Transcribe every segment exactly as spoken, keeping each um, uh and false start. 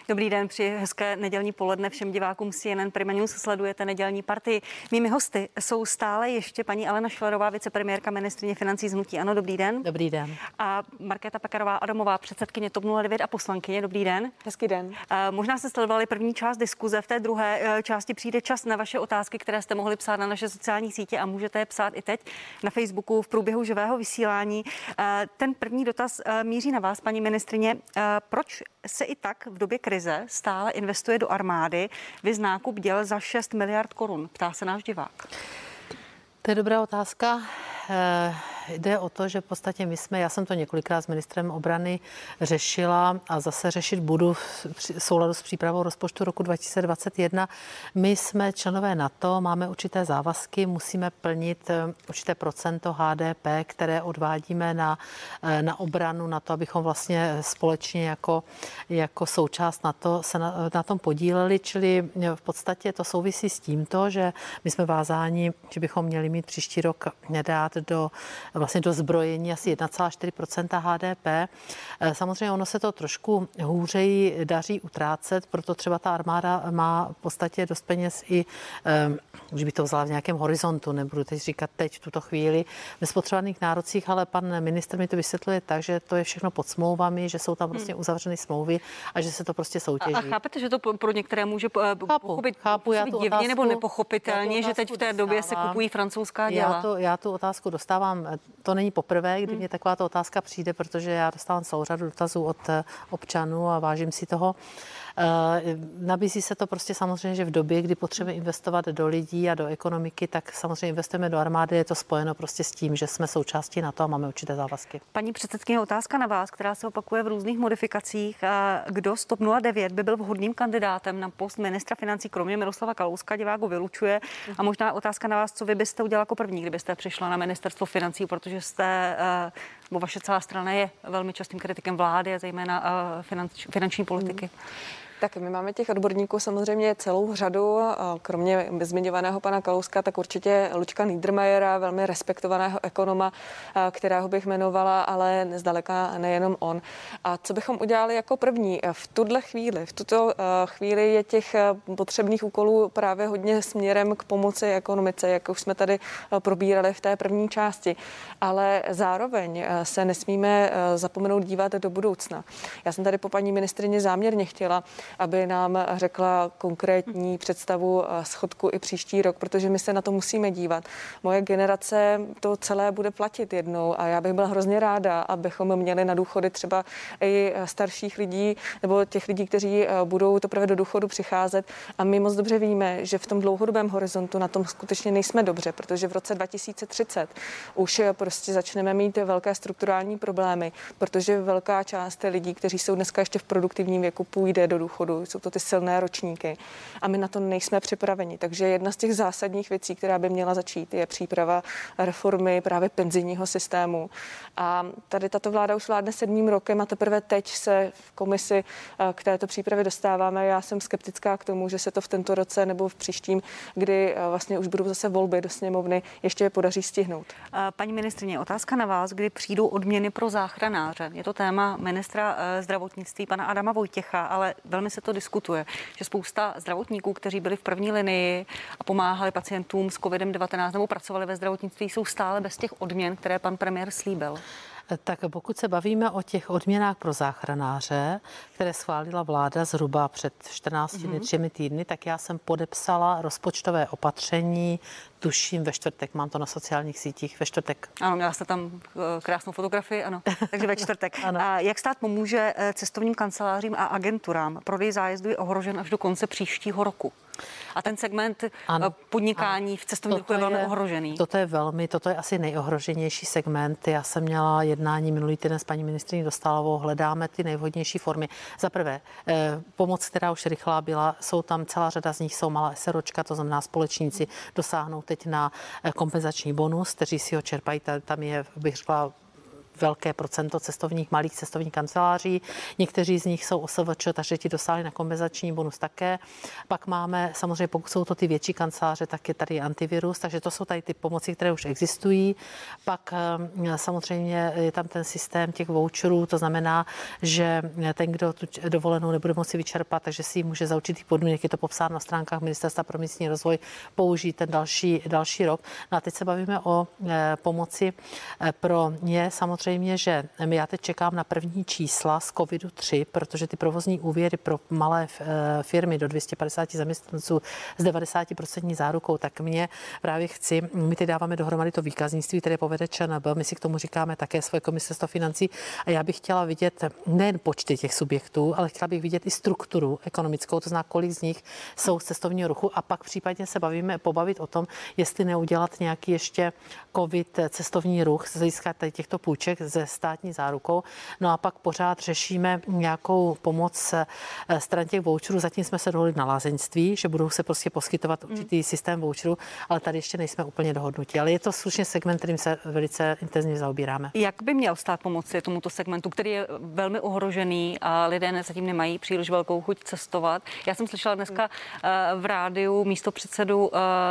Dobrý den, přeji hezké nedělní poledne všem divákům C N N Prima News. Sledujete nedělní partii. Mými hosty jsou stále ještě paní Alena Schillerová, vicepremiérka, ministryně financí z hnutí ANO. Dobrý den. Dobrý den. A Markéta Pekarová Adamová, předsedkyně TOP nula devět a poslankyně. Dobrý den. Hezký den. A možná jste sledovali první část diskuze. V té druhé části přijde čas na vaše otázky, které jste mohli psát na naše sociální sítě a můžete je psát i teď na Facebooku v průběhu živého vysílání. Ten první dotaz míří na vás, paní ministryně. Proč se i tak v době krize stále investuje do armády? Viz nákup děl za šest miliard korun, ptá se náš divák. To je dobrá otázka. E, jde o to, že v podstatě my jsme, já jsem to několikrát s ministrem obrany řešila a zase řešit budu v souladu s přípravou rozpočtu roku dva tisíce dvacet jedna. My jsme členové NATO, máme určité závazky, musíme plnit určité procento H D P, které odvádíme na, na obranu, na to, abychom vlastně společně jako, jako součást NATO se na, na tom podíleli, čili v podstatě to souvisí s tímto, že my jsme vázáni, že bychom měli mít příští rok dát do, vlastně do zbrojení asi jedna celá čtyři procenta H D P. Samozřejmě ono se to trošku hůřeji daří utrácet, proto třeba ta armáda má v podstatě dost peněz i, už by to vzala v nějakém horizontu, nebudu teď říkat teď v tuto chvíli, v nespotřebovaných nárocích, ale pan ministr mi to vysvětluje tak, že to je všechno pod smlouvami, že jsou tam prostě uzavřeny smlouvy a že se to prostě soutěží. A, a chápete, že to pro některé může chápu, pochopit chápu, já tu divně otázku, nebo nepochopitelně, že teď v té době se kupují francouzská děla? Já, to, já tu otázku dostávám, to není poprvé, kdy mě takováto otázka přijde, protože já dostávám celou řadu dotazů od občanů a vážím si toho. Nabízí se to prostě samozřejmě, že v době, kdy potřebujeme investovat do lidí a do ekonomiky, tak samozřejmě investujeme do armády, je to spojeno prostě s tím, že jsme součástí NATO a máme určité závazky. Paní předsedkyně, otázka na vás, která se opakuje v různých modifikacích. Kdo z TOP nula devět by byl vhodným kandidátem na post ministra financí, kromě Miroslava Kalouska? Divák ho vylučuje. A možná otázka na vás, co vy byste udělala jako první, kdybyste přišla na ministerstvo financí, protože jste, bo vaše celá strana je velmi častým kritikem vlády a zejména finanč, finanční politiky. Hmm. Tak my máme těch odborníků samozřejmě celou řadu, kromě zmiňovaného pana Kalouska, tak určitě Luďka Niedermayera, velmi respektovaného ekonoma, kterého bych jmenovala, ale zdaleka nejenom on. A co bychom udělali jako první? V tuhle chvíli, v tuto chvíli je těch potřebných úkolů právě hodně směrem k pomoci ekonomice, jak už jsme tady probírali v té první části. Ale zároveň se nesmíme zapomenout dívat do budoucna. Já jsem tady po paní ministrině záměrně chtěla, aby nám řekla konkrétní představu schodku i příští rok, protože my se na to musíme dívat. Moje generace to celé bude platit jednou a já bych byla hrozně ráda, abychom měli na důchody třeba i starších lidí nebo těch lidí, kteří budou teprve do důchodu přicházet. A my moc dobře víme, že v tom dlouhodobém horizontu na tom skutečně nejsme dobře, protože v roce dva tisíce třicet už prostě začneme mít velké strukturální problémy, protože velká část lidí, kteří jsou dneska ještě v produktivním věku, půjde do důchodu. Jsou to ty silné ročníky a my na to nejsme připraveni. Takže jedna z těch zásadních věcí, která by měla začít, je příprava reformy právě penzijního systému. A tady tato vláda už vládne sedmým rokem a teprve teď se v komisi k této přípravě dostáváme. Já jsem skeptická k tomu, že se to v tento roce nebo v příštím, kdy vlastně už budou zase volby do sněmovny, ještě podaří stihnout. Paní ministryně, otázka na vás, kdy přijdou odměny pro záchranáře. Je to téma ministra zdravotnictví pana Adama Vojtěcha, ale velmi se to diskutuje, že spousta zdravotníků, kteří byli v první linii a pomáhali pacientům s covidem devatenáct nebo pracovali ve zdravotnictví, jsou stále bez těch odměn, které pan premiér slíbil. Tak pokud se bavíme o těch odměnách pro záchranáře, které schválila vláda zhruba před čtrnácti dny, třemi týdny, tak já jsem podepsala rozpočtové opatření, tuším ve čtvrtek, mám to na sociálních sítích, ve čtvrtek. Ano, měla jste tam krásnou fotografii, ano, takže ve čtvrtek. Ano. A jak stát pomůže cestovním kancelářím a agenturám? Prodej zájezdu je ohrožen až do konce příštího roku. A ten segment ano, podnikání ano. v cestovním ruchu je velmi je, ohrožený. Toto je velmi, toto je asi nejohroženější segment. Já jsem měla jednání minulý týden s paní ministryní Dostálovou, hledáme ty nejvhodnější formy. Za prvé, eh, pomoc, která už rychlá byla, jsou tam celá řada z nich, jsou malá SROčka, to znamená společníci dosáhnou teď na kompenzační bonus, kteří si ho čerpají, tam je, bych řekla, velké procento cestovních, malých cestovních kanceláří. Někteří z nich jsou O S V Č, takže ti dosáhli na kompenzační bonus také. Pak máme, samozřejmě pokud jsou to ty větší kanceláře, tak je tady antivirus, takže to jsou tady ty pomoci, které už existují. Pak samozřejmě je tam ten systém těch voucherů, to znamená, že ten, kdo tu dovolenou nebude moci vyčerpat, takže si ji může za určitých podmínek, je to popsáno na stránkách Ministerstva pro místní rozvoj, použít ten další, další rok. No a teď se bavíme o e, pomoci e, pro ně. Samozřejmě, že já teď čekám na první čísla z covidu tři, protože ty provozní úvěry pro malé e, firmy do dvě stě padesát zaměstnanců s devadesát procent zárukou, tak mě právě chci, my teď dáváme dohromady to výkaznictví, které povede Č N B, my si k tomu říkáme také svoje ministerstvo financí a já bych chtěla vidět nejen počty těch subjektů, ale chtěla bych vidět i strukturu ekonomickou, to znamená, kolik z nich jsou z cestovního ruchu a pak případně se bavíme, pobavit o tom, jestli neudělat nějaký ještě covid cestovní ruch, získat tady těchto půjček ze státní zárukou. No a pak pořád řešíme nějakou pomoc stran těch voucherů. Zatím jsme se dohodli na lázeňství, že budou se prostě poskytovat určitý systém voucherů, ale tady ještě nejsme úplně dohodnutí. Ale je to slušně segment, kterým se velice intenzivně zaobíráme. Jak by měl stát pomoci tomuto segmentu, který je velmi ohrožený a lidé zatím nemají příliš velkou chuť cestovat? Já jsem slyšela dneska v rádiu místopředsedu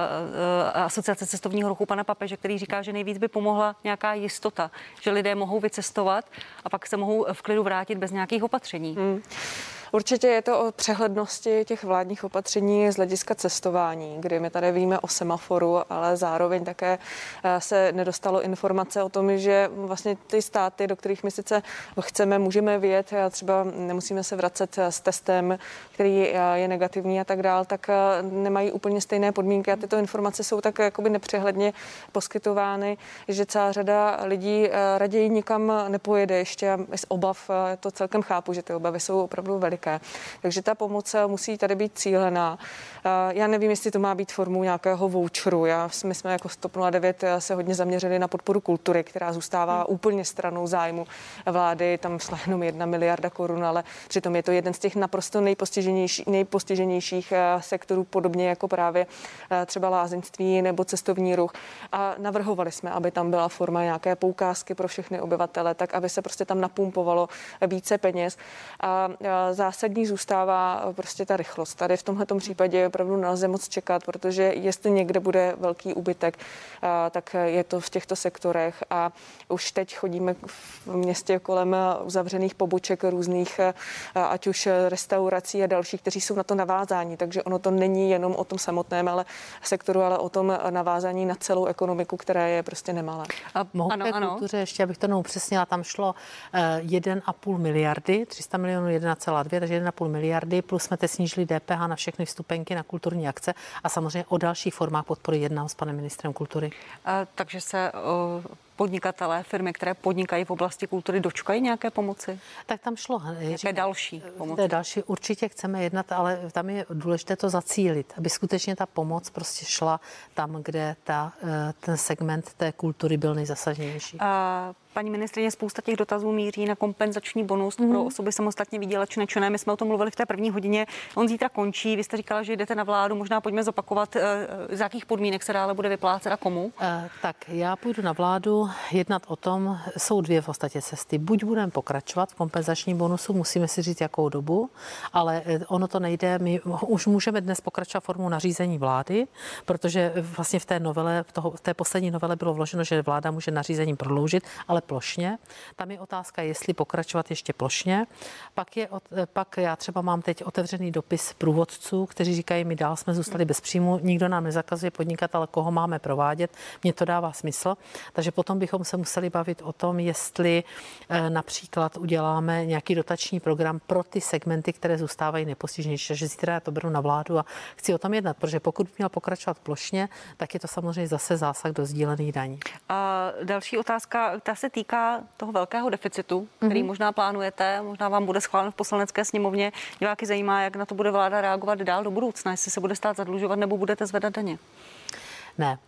Asociace cestovního ruchu pana Papeže, který říká, že nejvíc by pomohla nějaká jistota, že lidé mohou vycestovat a pak se mohou v klidu vrátit bez nějakých opatření. Hmm. Určitě je to o přehlednosti těch vládních opatření z hlediska cestování, kdy my tady víme o semaforu, ale zároveň také se nedostalo informace o tom, že vlastně ty státy, do kterých my sice chceme, můžeme vyjet, třeba nemusíme se vracet s testem, který je negativní a tak dál, tak nemají úplně stejné podmínky a tyto informace jsou tak jakoby nepřehledně poskytovány, že celá řada lidí raději nikam nepojede ještě z obav. To celkem chápu, že ty obavy jsou opravdu veliké. Takže ta pomoc musí tady být cílená. Já nevím, jestli to má být formou nějakého voucheru. Já, my jsme jako TOP nula devět se hodně zaměřili na podporu kultury, která zůstává hmm. úplně stranou zájmu vlády. Tam šla jenom jedna miliarda korun, ale přitom je to jeden z těch naprosto nejpostiženějších, nejpostiženějších sektorů, podobně jako právě třeba lázeňství nebo cestovní ruch. A navrhovali jsme, aby tam byla forma nějaké poukázky pro všechny obyvatele, tak aby se prostě tam napumpovalo více peněz. A zásadní zůstává prostě ta rychlost. Tady v tomhletom případě opravdu nelze moc čekat, protože jestli někde bude velký úbytek, tak je to v těchto sektorech a už teď chodíme v městě kolem uzavřených poboček různých, ať už restaurací a dalších, kteří jsou na to navázáni, takže ono to není jenom o tom samotném ale sektoru, ale o tom navázání na celou ekonomiku, která je prostě nemalá. A mohu ano, ano. kultuře ještě, abych to upřesnila, tam šlo jeden a půl miliardy, tři sta milionů, jedna celá dvě, takže jedna a půl miliardy, plus jsme teď snížili D P H na všechny vstupenky na kulturní akce a samozřejmě o dalších formách podpory jednám s panem ministrem kultury. A, takže se o, podnikatelé, firmy, které podnikají v oblasti kultury, dočkají nějaké pomoci? Tak tam šlo. Jaké další pomoci? To je další, určitě chceme jednat, ale tam je důležité to zacílit, aby skutečně ta pomoc prostě šla tam, kde ta, ten segment té kultury byl nejzasaženější. A paní ministryně, spousta těch dotazů míří na kompenzační bonus mm. pro osoby samostatně výdělečné činné. My jsme o tom mluvili v té první hodině. On zítra končí. Vy jste říkala, že jdete na vládu. Možná pojďme zopakovat, z jakých podmínek se dále bude vyplácet a komu. E, tak já půjdu na vládu jednat o tom. Jsou dvě v podstatě cesty. Buď budeme pokračovat v kompenzačním bonusu, musíme si říct, jakou dobu, ale ono to nejde. My už můžeme dnes pokračovat formou nařízení vlády, protože vlastně v té novele, v, toho, v té poslední novele bylo vloženo, že vláda může nařízení prodloužit, ale plošně. Tam je otázka, jestli pokračovat ještě plošně. Pak, je, pak já třeba mám teď otevřený dopis průvodců, kteří říkají, my dál jsme zůstali bez příjmu, nikdo nám nezakazuje podnikat, ale koho máme provádět. Mně to dává smysl. Takže potom bychom se museli bavit o tom, jestli e, například uděláme nějaký dotační program pro ty segmenty, které zůstávají nepostiženější. Takže zítra já to beru na vládu a chci o tom jednat, protože pokud by měl pokračovat plošně, tak je to samozřejmě zase zásah do sdílených daní. A další otázka, ta se týká toho velkého deficitu, který mm-hmm. možná plánujete, možná vám bude schválen v poslanecké sněmovně. Diváky zajímá, jak na to bude vláda reagovat dál do budoucna, jestli se bude stát zadlužovat nebo budete zvedat daně. Ne.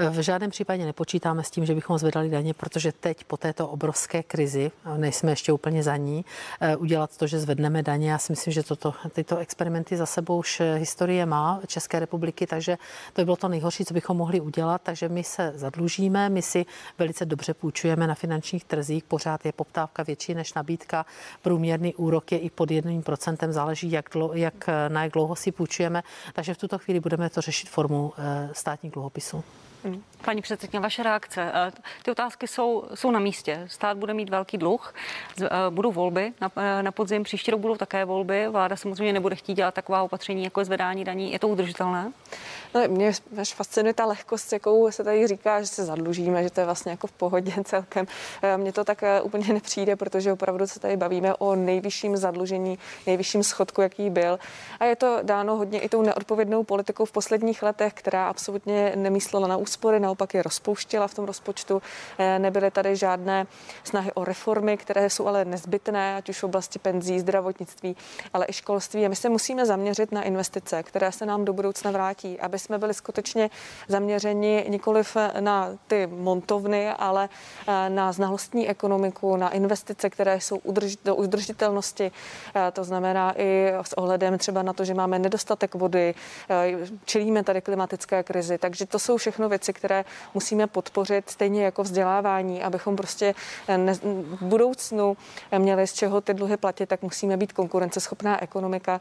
V žádném případě nepočítáme s tím, že bychom zvedali daně, protože teď po této obrovské krizi, nejsme ještě úplně za ní, udělat to, že zvedneme daně. Já si myslím, že toto, tyto experimenty za sebou už historie má České republiky, takže to by bylo to nejhorší, co bychom mohli udělat. Takže my se zadlužíme, my si velice dobře půjčujeme na finančních trzích, pořád je poptávka větší než nabídka, průměrný úrok je i pod jedním procentem, záleží, jak, dlouho, jak na jak dlouho si půjčujeme, takže v tuto chvíli budeme to řešit formou státních dluhopisů. Paní předsedkyně, vaše reakce. Ty otázky jsou, jsou na místě. Stát bude mít velký dluh, budou volby, na, na podzim příští rok budou také volby. Vláda samozřejmě nebude chtít dělat taková opatření, jako je zvedání daní. Je to udržitelné? No, mě fascinuje ta lehkost, jakou se tady říká, že se zadlužíme, že to je vlastně jako v pohodě celkem. Mně to tak úplně nepřijde, protože opravdu se tady bavíme o nejvyšším zadlužení, nejvyšším schodku, jaký byl. A je to dáno hodně i tou neodpovědnou politikou v posledních letech, která absolutně nemyslela na úspory, naopak je rozpouštěla v tom rozpočtu. Nebyly tady žádné snahy o reformy, které jsou ale nezbytné, ať už v oblasti penzí, zdravotnictví, ale i školství. A my se musíme zaměřit na investice, které se nám do budoucna vrátí, aby jsme byli skutečně zaměřeni nikoliv na ty montovny, ale na znalostní ekonomiku, na investice, které jsou do udržitelnosti. To znamená i s ohledem třeba na to, že máme nedostatek vody, čelíme tady klimatické krizi. Takže to jsou všechno věci, které musíme podpořit, stejně jako vzdělávání, abychom prostě ne, v budoucnu měli z čeho ty dluhy platit, tak musíme být konkurenceschopná ekonomika,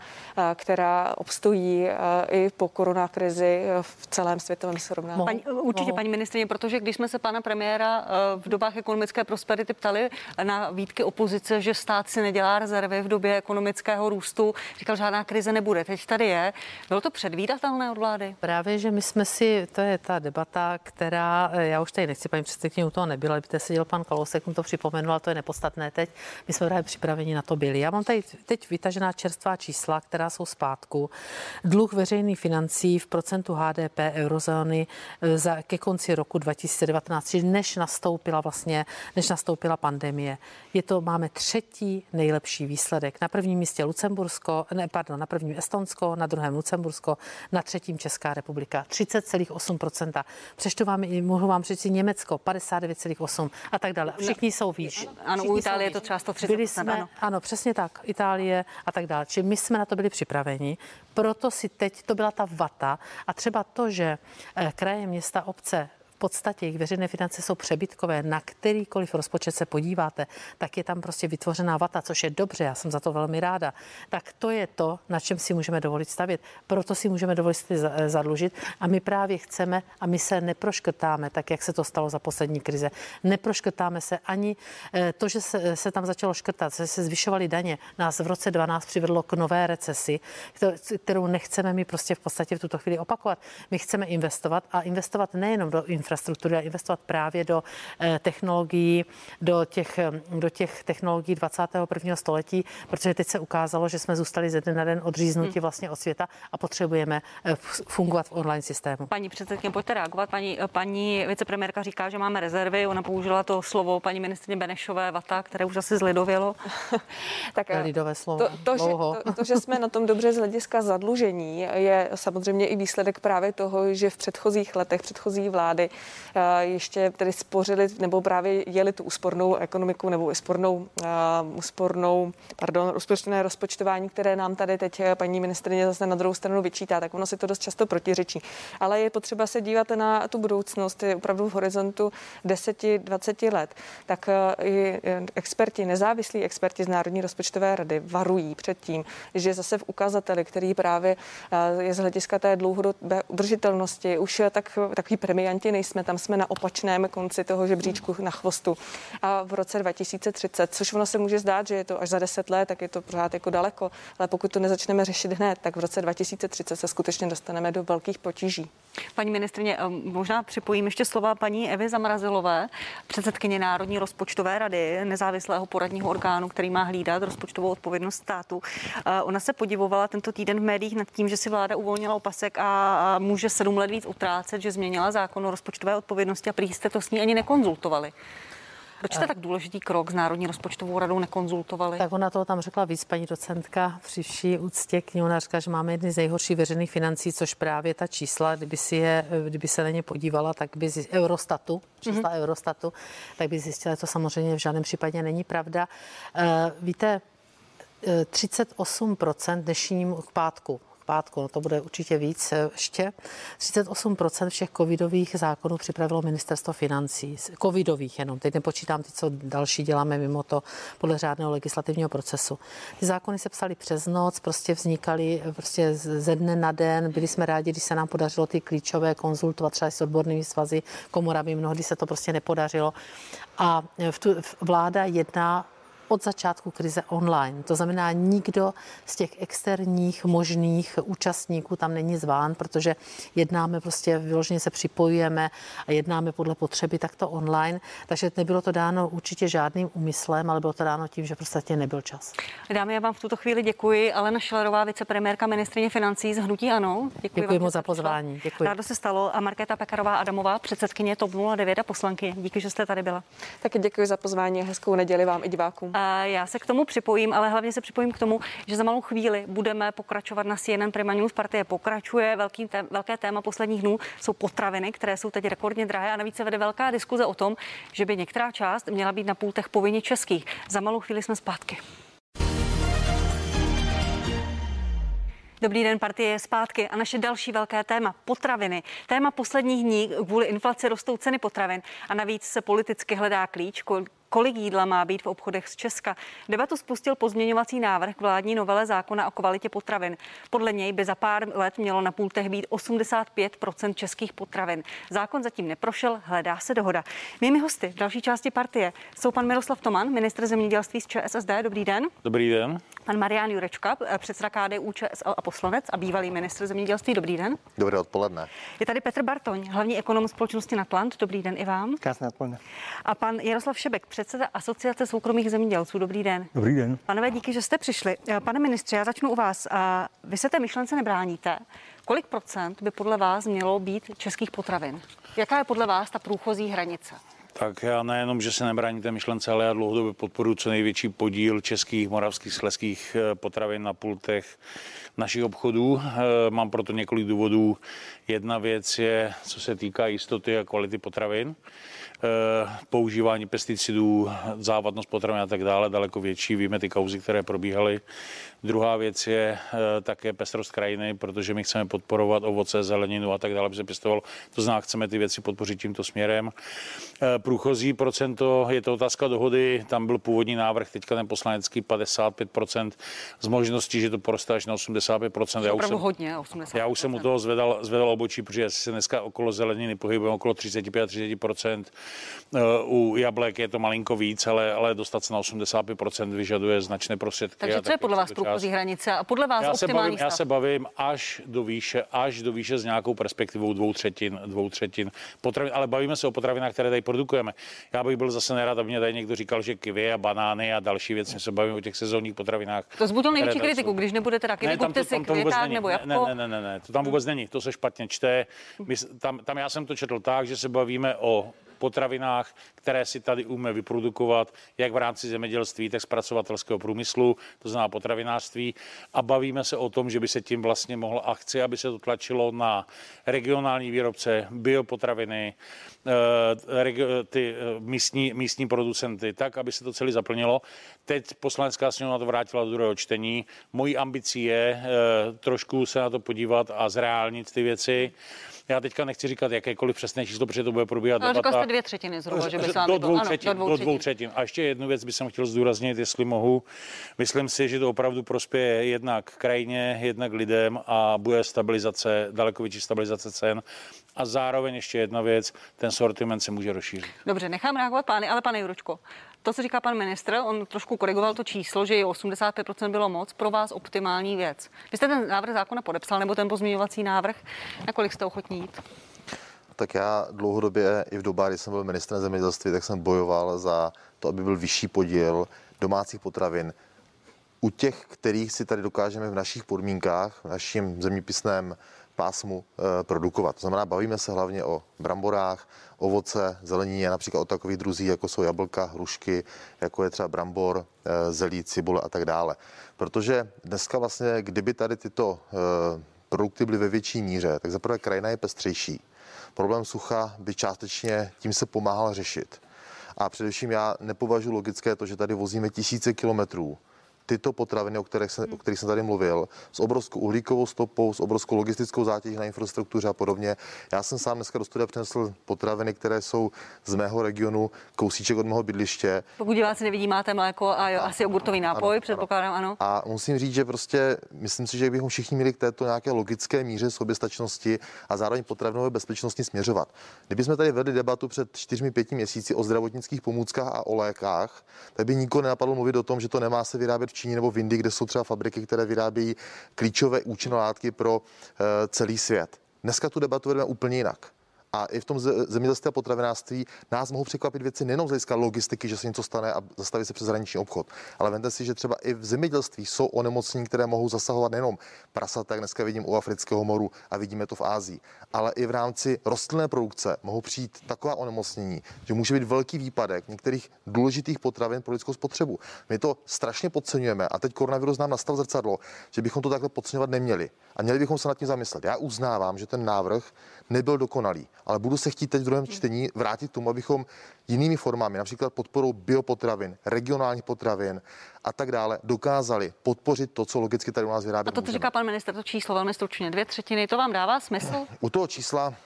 která obstojí i po koronakrizi v celém světovém srovnání. Paní, určitě, paní ministryně, protože když jsme se pana premiéra v dobách ekonomické prosperity ptali na výtky opozice, že stát si nedělá rezervy v době ekonomického růstu, říkal, žádná krize nebude. Teď tady je. Bylo to předvídatelné od vlády? Právě, že my jsme si, to je ta debata, která, já už tady nechci, paní předsedkyně, u toho nebyla, kdybyste seděl pan Kalousek, mu to připomenul, ale to je nepodstatné teď. My jsme právě připraveni na to byli. Já mám tady teď vytažená čerstvá čísla, která jsou zpátku. Dluh veřejných financí v procentu H D P eurozóny za, ke konci roku dva tisíce devatenáct, než nastoupila vlastně, než nastoupila pandemie. Je to, máme třetí nejlepší výsledek. Na prvním místě Lucembursko, ne, pardon, na prvním Estonsko, na druhém Lucembursko, na třetím Česká republika. třicet celá osm procenta. Přečtu vám, mohu vám říct si Německo, padesát devět celá osm a tak dále. Všichni jsou výš. Ano, u Itálie je to třeba sto třicet procent. Byli jsme, ano. ano, přesně tak, Itálie a tak dále. Čili my jsme na to byli připraveni, proto si teď to byla ta vata a třeba to, že kraje, města, obce v podstatě jejich veřejné finance jsou přebytkové, na kterýkoliv rozpočet se podíváte, tak je tam prostě vytvořená vata, což je dobře, já jsem za to velmi ráda. Tak to je to, na čem si můžeme dovolit stavět. Proto si můžeme dovolit zadlužit a my právě chceme a my se neproškrtáme, tak jak se to stalo za poslední krize. Neproškrtáme se ani to, že se, se tam začalo škrtat, že se zvyšovaly daně, nás v roce dvanáct přivedlo k nové recesi, kterou nechceme my prostě v podstatě v tuto chvíli opakovat. My chceme investovat a investovat nejenom do infrastruktury, infrastruktury a investovat právě do eh, technologií, do těch, do těch technologií dvacátého prvního století, protože teď se ukázalo, že jsme zůstali ze dne na den odříznuti hmm. vlastně od světa a potřebujeme eh, fungovat v online systému. Paní předsedkyně, pojďte reagovat. Paní, paní vicepremiérka říká, že máme rezervy. Ona použila to slovo paní ministryně Benešové vata, které už asi zlidovělo. Tak lidové slovo. To, to, že, to, to, že jsme na tom dobře z hlediska zadlužení, je samozřejmě i výsledek právě toho, že v předchozích letech předchozí vlády ještě tedy spořili nebo právě jeli tu úspornou ekonomiku nebo úspornou, uh, úspornou pardon, úsporné rozpočtování, které nám tady teď paní ministryně zase na druhou stranu vyčítá, tak ono si to dost často protiřečí. Ale je potřeba se dívat na tu budoucnost, je opravdu v horizontu deset dvacet let. Tak uh, i experti, nezávislí experti z Národní rozpočtové rady varují před tím, že zase v ukazateli, který právě uh, je z hlediska té dlouhodobé udržitelnosti, už tak, takový premianti nejsme, tam jsme na opačném konci toho žebříčku na chvostu. A v roce dva tisíce třicet, což ono se může zdát, že je to až za deset let, tak je to pořád jako daleko, ale pokud to nezačneme řešit hned, tak v roce dva tisíce třicet se skutečně dostaneme do velkých potíží. Paní ministryně, možná připojím ještě slova paní Evy Zamrazilové, předsedkyně Národní rozpočtové rady, nezávislého poradního orgánu, který má hlídat rozpočtovou odpovědnost státu. Ona se podivovala tento týden v médiích nad tím, že si vláda uvolnila opasek a může sedm let víc utrácet, že změnila zákon o rozpočtové odpovědnosti a prý jste to s ní ani nekonzultovali. Proč jste tak důležitý krok s Národní rozpočtovou radou nekonzultovali? Tak ona toho tam řekla víc, paní docentka, při vší úctě k ní. Ona říká, že máme jedny z nejhorších veřejných financí, což právě ta čísla, kdyby, si je, kdyby se na ně podívala, tak by z Eurostatu, čísla mm-hmm. Eurostatu, tak by zjistila, že to samozřejmě v žádném případě není pravda. Uh, víte, třicet osm procent dnešním k pátku, k pátku, no to bude určitě víc ještě, třicet osm procent všech covidových zákonů připravilo ministerstvo financí. Covidových jenom, teď nepočítám ty, co další děláme mimo to podle řádného legislativního procesu. Ty zákony se psaly přes noc, prostě vznikaly prostě ze dne na den. Byli jsme rádi, když se nám podařilo ty klíčové konzultovat třeba s odbornými svazy, komorami, mnohdy se to prostě nepodařilo. A v tu, vláda jedná od začátku krize online. To znamená, nikdo z těch externích možných účastníků tam není zván, protože jednáme prostě, vyloženě se připojujeme a jednáme podle potřeby takto online. Takže nebylo to dáno určitě žádným úmyslem, ale bylo to dáno tím, že prostě nebyl čas. Dámy, já vám v tuto chvíli děkuji. Alena Schillerová, vicepremiérka, ministryně financí z hnutí ANO. Děkuji, děkuji moc za pozvání. Děkuji. Rádo se stalo. A Markéta Pekarová Adamová, předsedkyně TOP nula devět a poslankyně. Díky, že jste tady byla. Taky děkuji za pozvání. Hezkou neděli vám i divákům. A já se k tomu připojím, ale hlavně se připojím k tomu, že za malou chvíli budeme pokračovat na C N N Prima News. Partie pokračuje. Velký tém, velké téma posledních dnů jsou potraviny, které jsou teď rekordně drahé a navíc se vede velká diskuze o tom, že by některá část měla být na pultech povinně českých. Za malou chvíli jsme zpátky. Dobrý den, Partie je zpátky a naše další velké téma potraviny. Téma posledních dní, kvůli inflaci rostou ceny potravin a navíc se politicky hledá klíč, kolik jídla má být v obchodech z Česka. Debatu spustil pozměňovací návrh k vládní novele zákona o kvalitě potravin. Podle něj by za pár let mělo na pultech být osmdesát pět procent českých potravin. Zákon zatím neprošel, hledá se dohoda. Mými hosty v další části Partie jsou pan Miroslav Toman, ministr zemědělství z ČSSD. Dobrý den. Dobrý den. Pan Marián Jurečka, předseda K D U Č S L a poslanec a bývalý ministr zemědělství. Dobrý den. Dobré odpoledne. Je tady Petr Bartoň, hlavní ekonom společnosti Natland. Dobrý den i vám. Krásné odpoledne. A pan Jaroslav Šebek, předseda Asociace soukromých zemědělců. Dobrý den. Dobrý den. Panové, díky, že jste přišli. Pane ministře, já začnu u vás. Vy se té myšlence nebráníte. Kolik procent by podle vás mělo být českých potravin? Jaká je podle vás ta průchozí hranice? Tak já nejenom, že se nebráním té myšlence, ale já dlouhodobě podporuji co největší podíl českých, moravských, slezských potravin na pultech našich obchodů. Mám proto několik důvodů. Jedna věc je, co se týká jistoty a kvality potravin. Používání pesticidů, závadnost potravin a tak dále, daleko větší. Víme ty kauzy, které probíhaly. Druhá věc je také pestrost krajiny, protože my chceme podporovat ovoce, zeleninu a tak dále, aby se pěstovalo. To znamená, chceme ty věci podpořit tímto směrem. Průchozí procento, je to otázka dohody, tam byl původní návrh, teďka ten poslanecký padesát pět procent z možností, že to poroste až na osmdesát pět procent. Já už jsem, hodně, osmdesát procent. Já už jsem u toho zvedal, zvedal obočí, protože se dneska okolo zeleniny pohybujeme okolo třicet pět až třicet procent. U jablek je to malinko víc, ale, ale dostat se na osmdesát pět procent vyžaduje značné prostředky. Takže co je podle vás průchozí hranice a podle vás já optimální se bavím, stav? Já se bavím až do výše, až do výše s nějakou perspektivou dvou třetin, dvou třetin potravin, ale bavíme se o potravinách, které tady produkujeme. Já bych byl zase nerad, aby mě tady někdo říkal, že kiwi a banány a další věci, my se bavíme o těch sezónních potravinách. To zbudil největší kritiku, když nebudete taky, ne, kupte si květák nebo jabko. Ne, ne, ne, ne, to tam vůbec není, to se špatně čte. My, tam, tam já jsem to četl tak, že se bavíme o potravinách, které si tady umíme vyprodukovat, jak v rámci zemědělství, tak zpracovatelského průmyslu, to znamená potravinářství. A bavíme se o tom, že by se tím vlastně mohlo a chci, aby se to tlačilo na regionální výrobce, biopotraviny, ty místní, místní producenty, tak, aby se to celé zaplnilo. Teď poslanecká sněmovna to vrátila do druhého čtení. Mojí ambicí je trošku se na to podívat a zreálnit ty věci. Já teďka nechci říkat jakékoliv přesné číslo, protože to bude probíhat ale debata. Říkal jste dvě třetiny zhruba, že by se do, dvou třetin, ano, do, dvou do dvou třetin. A ještě jednu věc bych chtěl zdůraznit, jestli mohu. Myslím si, že to opravdu prospěje jednak krajině, jednak lidem a bude stabilizace, daleko větší stabilizace cen. A zároveň ještě jedna věc, ten sortiment se může rozšířit. Dobře, nechám reagovat pány, ale pane Juročko, to, co říká pan ministr, on trošku korigoval to číslo, že je osmdesát pět procent bylo moc, pro vás optimální věc. Vy jste ten návrh zákona podepsal, nebo ten pozměňovací návrh, na kolik jste ochotní jít? Tak já dlouhodobě i v dobách, kdy jsem byl ministrem zemědělství, tak jsem bojoval za to, aby byl vyšší podíl domácích potravin. U těch, kterých si tady dokážeme v našich podmínkách, v našem zeměpisném pásmu produkovat. To znamená, bavíme se hlavně o bramborách, ovoce, zelenině, například o takových druzích, jako jsou jablka, hrušky, jako je třeba brambor, zelí, cibule a tak dále. Protože dneska vlastně, kdyby tady tyto produkty byly ve větší míře, tak zaprvé krajina je pestřejší. Problém sucha by částečně tím se pomáhal řešit. A především já nepovažuji logické to, že tady vozíme tisíce kilometrů tyto potraviny, o kterých, jsem, o kterých jsem tady mluvil, s obrovskou uhlíkovou stopou, s obrovskou logistickou zátěží na infrastruktuře a podobně. Já jsem sám dneska do studia přinesl potraviny, které jsou z mého regionu, kousíček od mého bydliště. Pokud diváci nevidí, máte mléko a jo, asi jogurtový nápoj, ano, předpokládám, ano. A musím říct, že prostě myslím si, že bychom všichni měli k této nějaké logické míře soběstačnosti a zároveň potravinové bezpečnosti směřovat. Kdybychom tady vedli debatu před čtyřmi, pěti měsíci o zdravotnických pomůckách a o lékách, tak by nikoho nenapadlo mluvit o tom, že to nemá se vyrábět v Číně nebo v Indii, kde jsou třeba fabriky, které vyrábějí klíčové účinné látky pro uh, celý svět. Dneska tu debatu vedeme úplně jinak. A i v tom zemědělství a potravinářství nás mohou překvapit věci nejenom z hlediska logistiky, že se něco stane a zastaví se přes hraniční obchod. Ale vemte si, že třeba i v zemědělství jsou onemocnění, které mohou zasahovat nejenom prasata, jak dneska vidím u afrického moru a vidíme to v Asii, ale i v rámci rostlinné produkce mohou přijít taková onemocnění, že může být velký výpadek některých důležitých potravin pro lidskou spotřebu. My to strašně podceňujeme a teď koronavirus nám nastal zrcadlo, že bychom to takhle podceňovat neměli. A měli bychom se nad tím zamyslet. Já uznávám, že ten návrh nebyl dokonalý, ale budu se chtít teď v druhém čtení vrátit k tomu, abychom jinými formami, například podporou biopotravin, regionálních potravin a tak dále, dokázali podpořit to, co logicky tady u nás vyrábět. A to, co říká pan ministr, to číslo velmi stručně, dvě třetiny, to vám dává smysl? U toho čísla uh,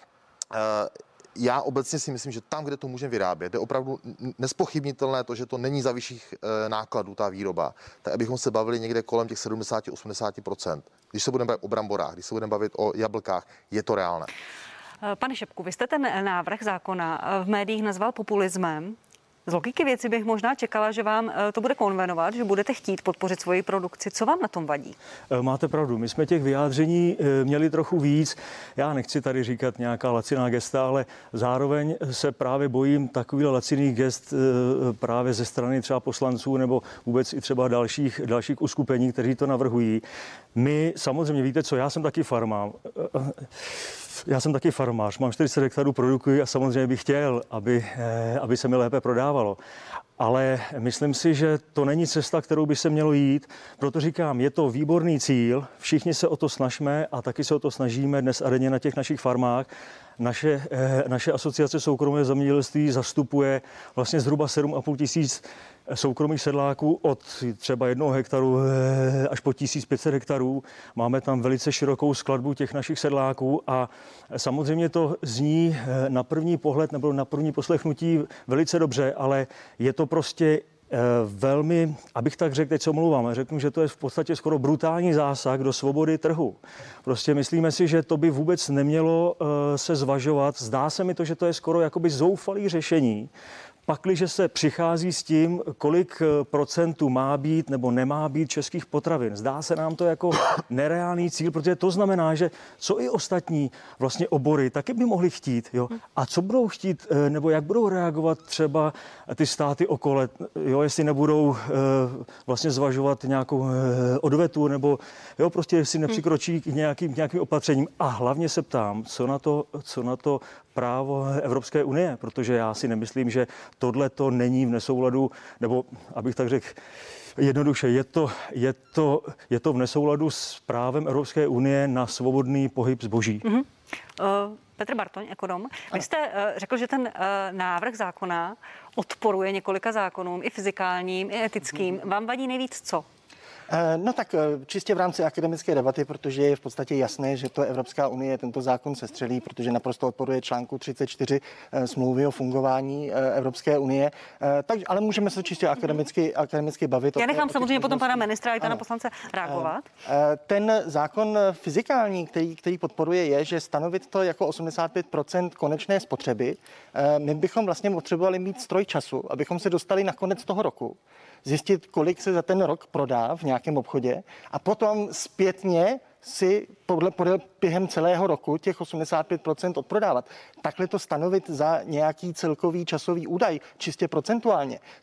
já obecně si myslím, že tam, kde to můžeme vyrábět, je opravdu nespochybnitelné to, že to není za vyšších e, nákladů ta výroba, tak abychom se bavili někde kolem těch sedmdesát až osmdesát procent. Když se budeme bavit o bramborách, když se budeme bavit o jablkách, je to reálné. Pane Šepku, vy jste ten návrh zákona v médiích nazval populismem. Z logiky věci bych možná čekala, že vám to bude konvenovat, že budete chtít podpořit svoji produkci. Co vám na tom vadí? Máte pravdu, my jsme těch vyjádření měli trochu víc. Já nechci tady říkat nějaká laciná gesta, ale zároveň se právě bojím takových laciných gest právě ze strany třeba poslanců nebo vůbec i třeba dalších, dalších uskupení, kteří to navrhují. My samozřejmě, víte co, já jsem taky farmář. Já jsem taky farmář, mám čtyřicet hektarů, produkuji a samozřejmě bych chtěl, aby, aby se mi lépe prodávalo. Ale myslím si, že to není cesta, kterou by se mělo jít. Proto říkám, je to výborný cíl, všichni se o to snažíme a taky se o to snažíme dnes a denně na těch našich farmách. Naše, naše asociace soukromé zemědělství zastupuje vlastně zhruba sedm a půl tisíc soukromých sedláků od třeba jednoho hektaru až po tisíc pět set hektarů. Máme tam velice širokou skladbu těch našich sedláků a samozřejmě to zní na první pohled nebo na první poslechnutí velice dobře, ale je to prostě velmi, abych tak řekl, teď co mluvám, řeknu, že to je v podstatě skoro brutální zásah do svobody trhu. Prostě myslíme si, že to by vůbec nemělo se zvažovat. Zdá se mi to, že to je skoro jakoby zoufalý řešení. Pakliže se přichází s tím, kolik procentů má být nebo nemá být českých potravin. Zdá se nám to jako nereálný cíl, protože to znamená, že co i ostatní vlastně obory taky by mohli chtít. Jo? A co budou chtít, nebo jak budou reagovat třeba ty státy okolo, jo? Jestli nebudou vlastně zvažovat nějakou odvetu, nebo jo, prostě jestli nepřikročí k nějakým, nějakým opatřením. A hlavně se ptám, co na to, co na to právo Evropské unie, protože já si nemyslím, že tohle to není v nesouladu, nebo abych tak řekl jednoduše, je to, je to, je to v nesouladu s právem Evropské unie na svobodný pohyb zboží. Mm-hmm. Uh, Petr Bartoň, ekonom. Vy jste uh, řekl, že ten uh, návrh zákona odporuje několika zákonům, i fyzikálním, i etickým. Mm-hmm. Vám vadí nejvíc co? No tak čistě v rámci akademické debaty, protože je v podstatě jasné, že to Evropská unie tento zákon sestřelí, protože naprosto odporuje článku třicet čtyři smlouvy o fungování Evropské unie. Takže, ale můžeme se čistě akademicky, akademicky bavit. Já nechám samozřejmě potom pana ministra i pana poslance reagovat. Ten zákon fyzikální, který, který podporuje, je, že stanovit to jako osmdesát pět procent konečné spotřeby. My bychom vlastně potřebovali mít stroj času, abychom se dostali na konec toho roku, zjistit, kolik se za ten rok prodá v nějakém obchodě a potom zpětně si podle, podle během celého roku těch osmdesát pět procent odprodávat. Takhle to stanovit za nějaký celkový časový údaj, čistě procentuálně, to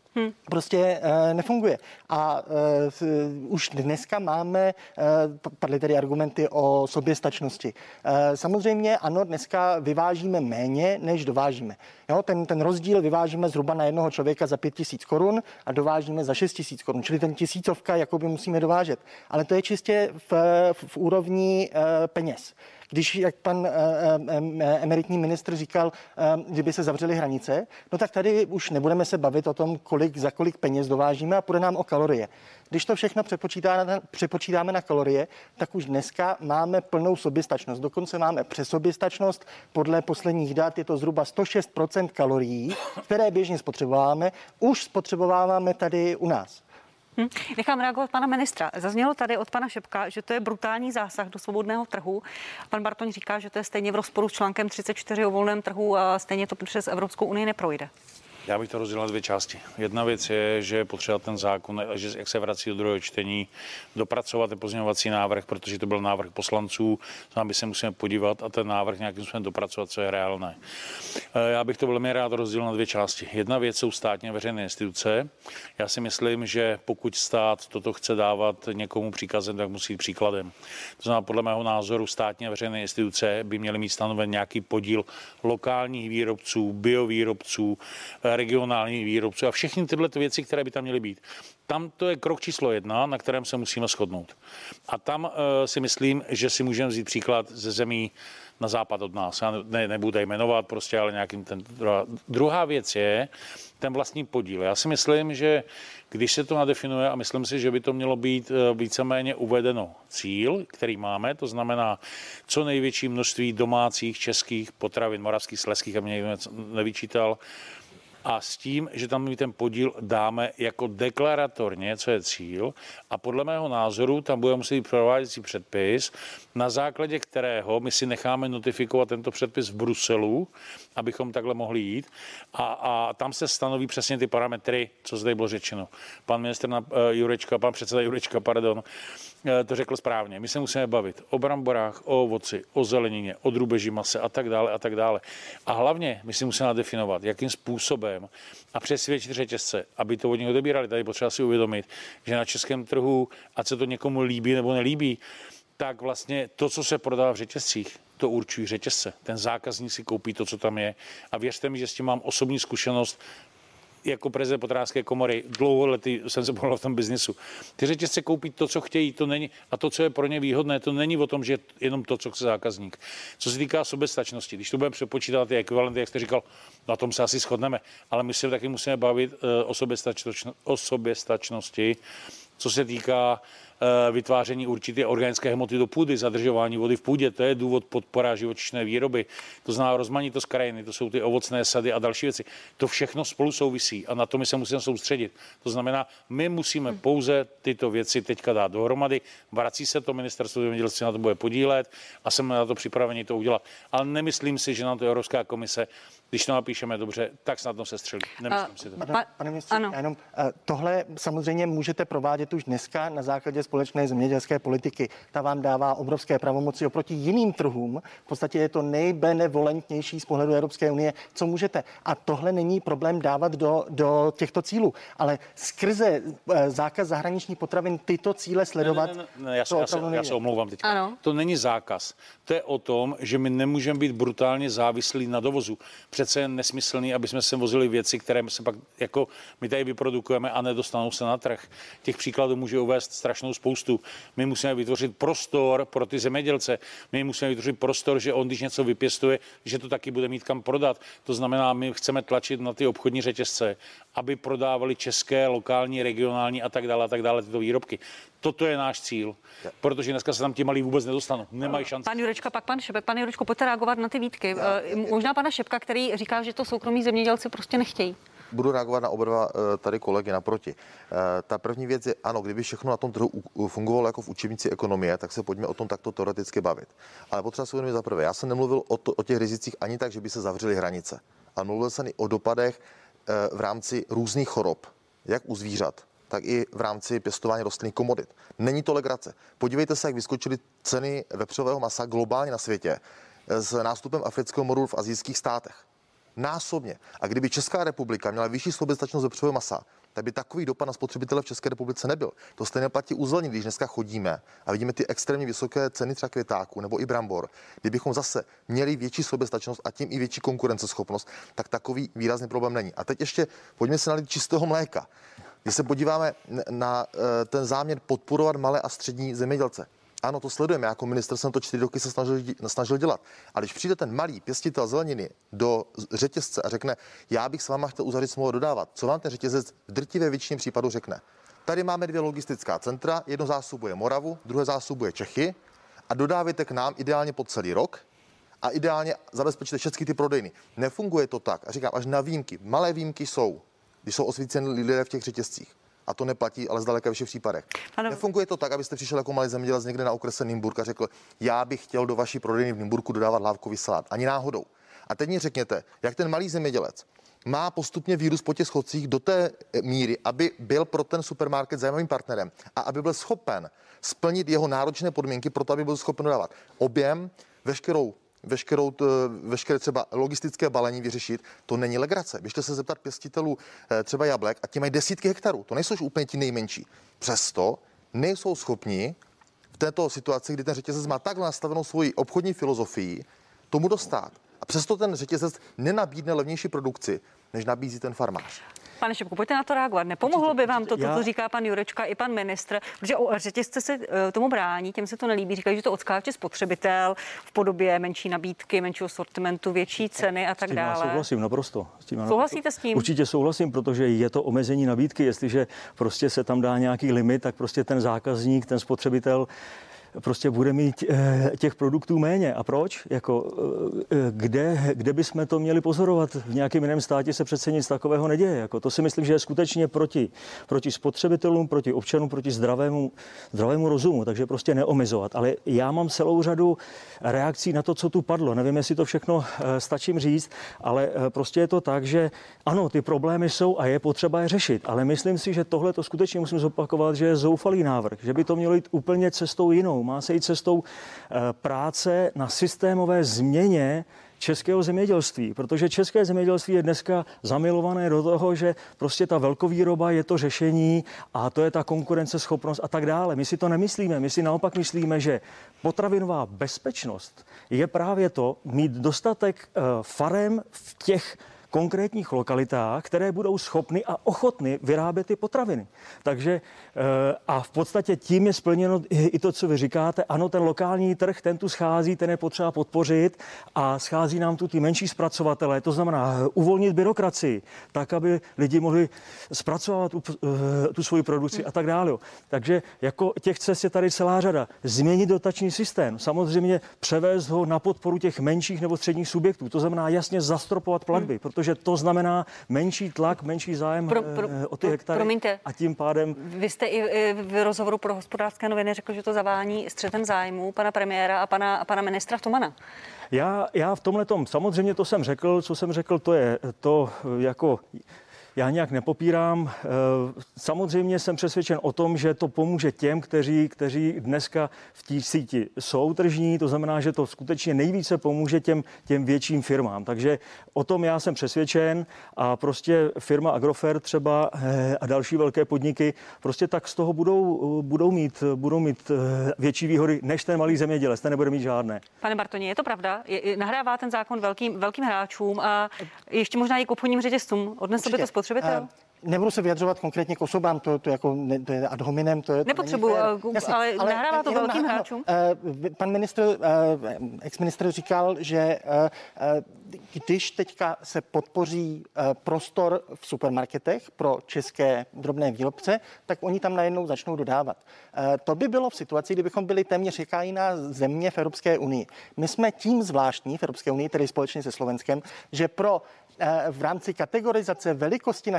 Hmm. Prostě uh, nefunguje. A uh, už dneska máme, uh, padly tady argumenty o soběstačnosti. Uh, samozřejmě ano, dneska vyvážíme méně, než dovážíme. Jo, ten, ten rozdíl vyvážíme zhruba na jednoho člověka za pět tisíc korun a dovážíme za šest tisíc korun, čili ten tisícovka jakoby musíme dovážet. Ale to je čistě v, v, v úrovni uh, peněz. Když, jak pan emeritní ministr říkal, kdyby se zavřely hranice, no tak tady už nebudeme se bavit o tom, kolik, za kolik peněz dovážíme a půjde nám o kalorie. Když to všechno přepočítáme, přepočítáme na kalorie, tak už dneska máme plnou soběstačnost. Dokonce máme přesoběstačnost. Podle posledních dat je to zhruba sto šest procent kalorií, které běžně spotřebováváme, už spotřebováváme tady u nás. Hm. Nechám reagovat pana ministra. Zaznělo tady od pana Šebka, že to je brutální zásah do svobodného trhu. Pan Bartoň říká, že to je stejně v rozporu s článkem třicet čtyři o volném trhu a stejně to přes Evropskou unii neprojde. Já bych to rozdělil na dvě části. Jedna věc je, že je potřeba ten zákon, že jak se vrací do druhého čtení, dopracovat ten pozměňovací návrh, protože to byl návrh poslanců, tam by se musíme podívat a ten návrh nějakým způsobem dopracovat, co je reálné. Já bych to velmi rád rozdělil na dvě části. Jedna věc jsou státně veřejné instituce. Já si myslím, že pokud stát toto chce dávat někomu příkazem, tak musí jít příkladem. To znamená, podle mého názoru státně veřejné instituce by měly mít stanoven nějaký podíl lokálních výrobců, biovýrobců, regionálních výrobců a všechny tyhle věci, které by tam měly být. Tam to je krok číslo jedna, na kterém se musíme shodnout. A tam uh, si myslím, že si můžeme vzít příklad ze zemí na západ od nás. Já ne, nebudu jmenovat prostě, ale nějakým ten... Druhá, druhá věc je ten vlastní podíl. Já si myslím, že když se to nadefinuje, a myslím si, že by to mělo být víceméně uvedeno cíl, který máme, to znamená co největší množství domácích českých potravin, moravských, slezských, aby mě někdo nevyčítal, a s tím, že tam my ten podíl dáme jako deklaratorně, co je cíl, a podle mého názoru tam bude muset být prováděcí předpis, na základě kterého my si necháme notifikovat tento předpis v Bruselu, abychom takhle mohli jít. A, a tam se stanoví přesně ty parametry, co zde bylo řečeno. Pan ministr Jurečka, pan předseda Jurečka, pardon, to řekl správně. My se musíme bavit o bramborách, o ovoci, o zelenině, o drůbeží mase a tak dále a tak dále. A hlavně my si musíme nadefinovat, jakým způsobem a přesvědčit řetězce, aby to od nich odebírali. Tady potřeba si uvědomit, že na českém trhu, ať se to někomu líbí nebo nelíbí, tak vlastně to, co se prodává v řetězcích, to určují řetězce. Ten zákazník si koupí to, co tam je. A věřte mi, že s tím mám osobní zkušenost jako prezident Potravinářské komory. Dlouholetý jsem se pohlal v tom biznisu. Ty řetězce koupí to, co chtějí, to není, a to, co je pro ně výhodné, to není o tom, že jenom to, co chce zákazník. Co se týká soběstačnosti, když to budeme přepočítat ty ekvivalenty, jak jste říkal, na tom se asi shodneme, ale my se taky musíme bavit o soběstačnosti, o soběstačnosti, co se týká vytváření určité organické hmoty do půdy, zadržování vody v půdě, to je důvod podpora živočišné výroby. To znamená rozmanitost krajiny, to jsou ty ovocné sady a další věci. To všechno spolu souvisí a na to my se musíme soustředit. To znamená, my musíme pouze tyto věci teďka dát dohromady. Vrací se to, ministerstvo zemědělství na to bude podílet a jsme na to připraveni to udělat. Ale nemyslím si, že nám to Evropská komise, když to napíšeme dobře, tak snadno se střelí. Nemyslím si to. Pane, pane ministře, jenom tohle samozřejmě můžete provádět už dneska na základě společné zemědělské politiky. Ta vám dává obrovské pravomoci oproti jiným trhům. V podstatě je to nejbenevolentnější z pohledu Evropské unie, co můžete. A tohle není problém dávat do, do těchto cílů. Ale skrze zákaz zahraničních potravin tyto cíle sledovat. Ne, ne, ne, ne, já, se, já, se, já se omlouvám teď. To není zákaz. To je o tom, že my nemůžeme být brutálně závislí na dovozu. Přece je nesmyslný, aby jsme sem vozili věci, které se pak jako my tady vyprodukujeme a nedostanou se na trh. Těch příkladů může uvést strašnou spoustu. My musíme vytvořit prostor pro ty zemědělce. My musíme vytvořit prostor, že on, když něco vypěstuje, že to taky bude mít kam prodat. To znamená, my chceme tlačit na ty obchodní řetězce, aby prodávali české, lokální, regionální a tak dále a tak dále tyto výrobky. Toto je náš cíl, protože dneska se tam ti malí vůbec nedostanou. Nemají šanci. Pan Jurečka, pak pan Šebek. Pane Jurečko, pojďte reagovat na ty výtky. Možná pana Šebka, který říká, že to soukromí zemědělci prostě nechtějí. Budu reagovat na oba dva tady kolegy naproti. Ta první věc je, ano, kdyby všechno na tom trhu fungovalo jako v učebnici ekonomie, tak se pojďme o tom takto teoreticky bavit. Ale potřeba si uvědomit za prvé, já jsem nemluvil o, to, o těch rizicích ani tak, že by se zavřely hranice, ale mluvil jsem i o dopadech v rámci různých chorob, jak u zvířat, tak i v rámci pěstování rostlinných komodit. Není to legrace. Podívejte se, jak vyskočily ceny vepřového masa globálně na světě s nástupem afrického moru v asijských státech. násobně. A kdyby Česká republika měla vyšší soběstačnost vepřového masa, tak by takový dopad na spotřebitele v České republice nebyl. To stejně platí u zeleniny, když dneska chodíme a vidíme ty extrémně vysoké ceny třeba květáků nebo i brambor. Kdybychom zase měli větší soběstačnost a tím i větší konkurenceschopnost, tak takový výrazný problém není. A teď ještě pojďme se na lidi čistého mléka. Když se podíváme na ten záměr podporovat malé a střední zemědělce. Ano, to sledujeme. Jako ministr jsem to čtyři roky se snažil, snažil dělat. A když přijde ten malý pěstitel zeleniny do řetězce a řekne, já bych s váma chtěl uzavřít smlouvu dodávat, co vám ten řetězec v drtivé většině případů řekne? Tady máme dvě logistická centra, jedno zásobuje Moravu, druhé zásobuje Čechy a dodávajte k nám ideálně po celý rok a ideálně zabezpečíte všechny ty prodejny. Nefunguje to tak. A říkám, až na výjimky. Malé výjimky jsou, když jsou osvícení lidé v těch řetězcích. A to neplatí, ale zdaleka ve všech případech. Ano. Nefunguje to tak, abyste přišel jako malý zemědělec někde na okrese Nymburk a řekl, já bych chtěl do vaší prodejny v Nymburku dodávat lávkový salát. Ani náhodou. A teď mi řekněte, jak ten malý zemědělec má postupně vírus po těch schodcích do té míry, aby byl pro ten supermarket zajímavým partnerem a aby byl schopen splnit jeho náročné podmínky pro to, aby byl schopen dodávat objem, veškerou Veškerou, veškeré třeba logistické balení vyřešit, to není legrace. Běžte se zeptat pěstitelů třeba jablek a ti mají desítky hektarů. To nejsou už úplně ti nejmenší. Přesto nejsou schopni v této situaci, kdy ten řetězec má takhle nastavenou svoji obchodní filozofii, tomu dostat. A přesto ten řetězec nenabídne levnější produkci, než nabízí ten farmář. Pane Šepku, pojďte na to reagovat. Nepomohlo by vám to, to, co říká pan Jurečka i pan ministr, protože řetězce se tomu brání, těm se to nelíbí, říkají, že to odskáče spotřebitel v podobě menší nabídky, menšího sortimentu, větší ceny a tak dále. S tím souhlasím naprosto. S tím Souhlasíte s tím? Určitě souhlasím, protože je to omezení nabídky. Jestliže prostě se tam dá nějaký limit, tak prostě ten zákazník, ten spotřebitel prostě bude mít těch produktů méně. A proč? Jako, kde, kde bychom to měli pozorovat? V nějakém jiném státě se přece nic takového neděje. Jako, to si myslím, že je skutečně proti, proti spotřebitelům, proti občanům, proti zdravému, zdravému rozumu. Takže prostě neomezovat. Ale já mám celou řadu reakcí na to, co tu padlo. Nevím, jestli to všechno stačím říct, ale prostě je to tak, že ano, ty problémy jsou a je potřeba je řešit. Ale myslím si, že tohle to skutečně musím zopakovat, že je zoufalý návrh, že by to mělo jít úplně cestou jinou. Má se jít cestou práce na systémové změně českého zemědělství, protože české zemědělství je dneska zamilované do toho, že prostě ta velkovýroba je to řešení a to je ta konkurenceschopnost a tak dále. My si to nemyslíme, my si naopak myslíme, že potravinová bezpečnost je právě to mít dostatek farem v těch konkrétních lokalitách, které budou schopny a ochotny vyrábět ty potraviny. Takže a v podstatě tím je splněno i to, co vy říkáte. Ano, ten lokální trh, ten tu schází, ten je potřeba podpořit a schází nám tu ty menší zpracovatelé, to znamená uvolnit byrokracii, tak, aby lidi mohli zpracovat tu, tu svoji produkci a tak dále. Takže jako těch cest je tady celá řada. Změnit dotační systém, samozřejmě převést ho na podporu těch menších nebo středních subjektů, to znamená jasně zastropovat platby, hmm. protože to znamená menší tlak, menší zájem pro, pro, o ty hektary promiňte. A tím pádem... Vy jste i v rozhovoru pro Hospodářské noviny řekl, že to zavání střetem zájmů pana premiéra a pana, a pana ministra Tomana. Já, já v tomhletom, samozřejmě to jsem řekl, co jsem řekl, to je to jako... Já nějak nepopírám. Samozřejmě jsem přesvědčen o tom, že to pomůže těm, kteří, kteří dneska v té síti jsou tržní. To znamená, že to skutečně nejvíce pomůže těm, těm větším firmám. Takže o tom já jsem přesvědčen a prostě firma Agrofert třeba a další velké podniky prostě tak z toho budou, budou, mít, budou mít větší výhody než ten malý zemědělec. Ten nebude mít žádné. Pane Bartoně, je to pravda? Je, nahrává ten zákon velkým, velkým hráčům a ještě možná i k obchodním řetězcům. Odnesl by to spotřebitel? Nebudu se vyjadřovat konkrétně k osobám, to, to, jako, ne, to je ad hominem. To je, Nepotřebuji, ale, ale nahrává to velkým na, hráčům? No, pan ministr, ex-ministr říkal, že když teďka se podpoří prostor v supermarketech pro české drobné výrobce, tak oni tam najednou začnou dodávat. To by bylo v situaci, kdybychom byli téměř jaká jiná země v Evropské unii. My jsme tím zvláštní v Evropské unii, tedy společně se Slovenskem, že pro v rámci kategorizace velikosti našich farmářů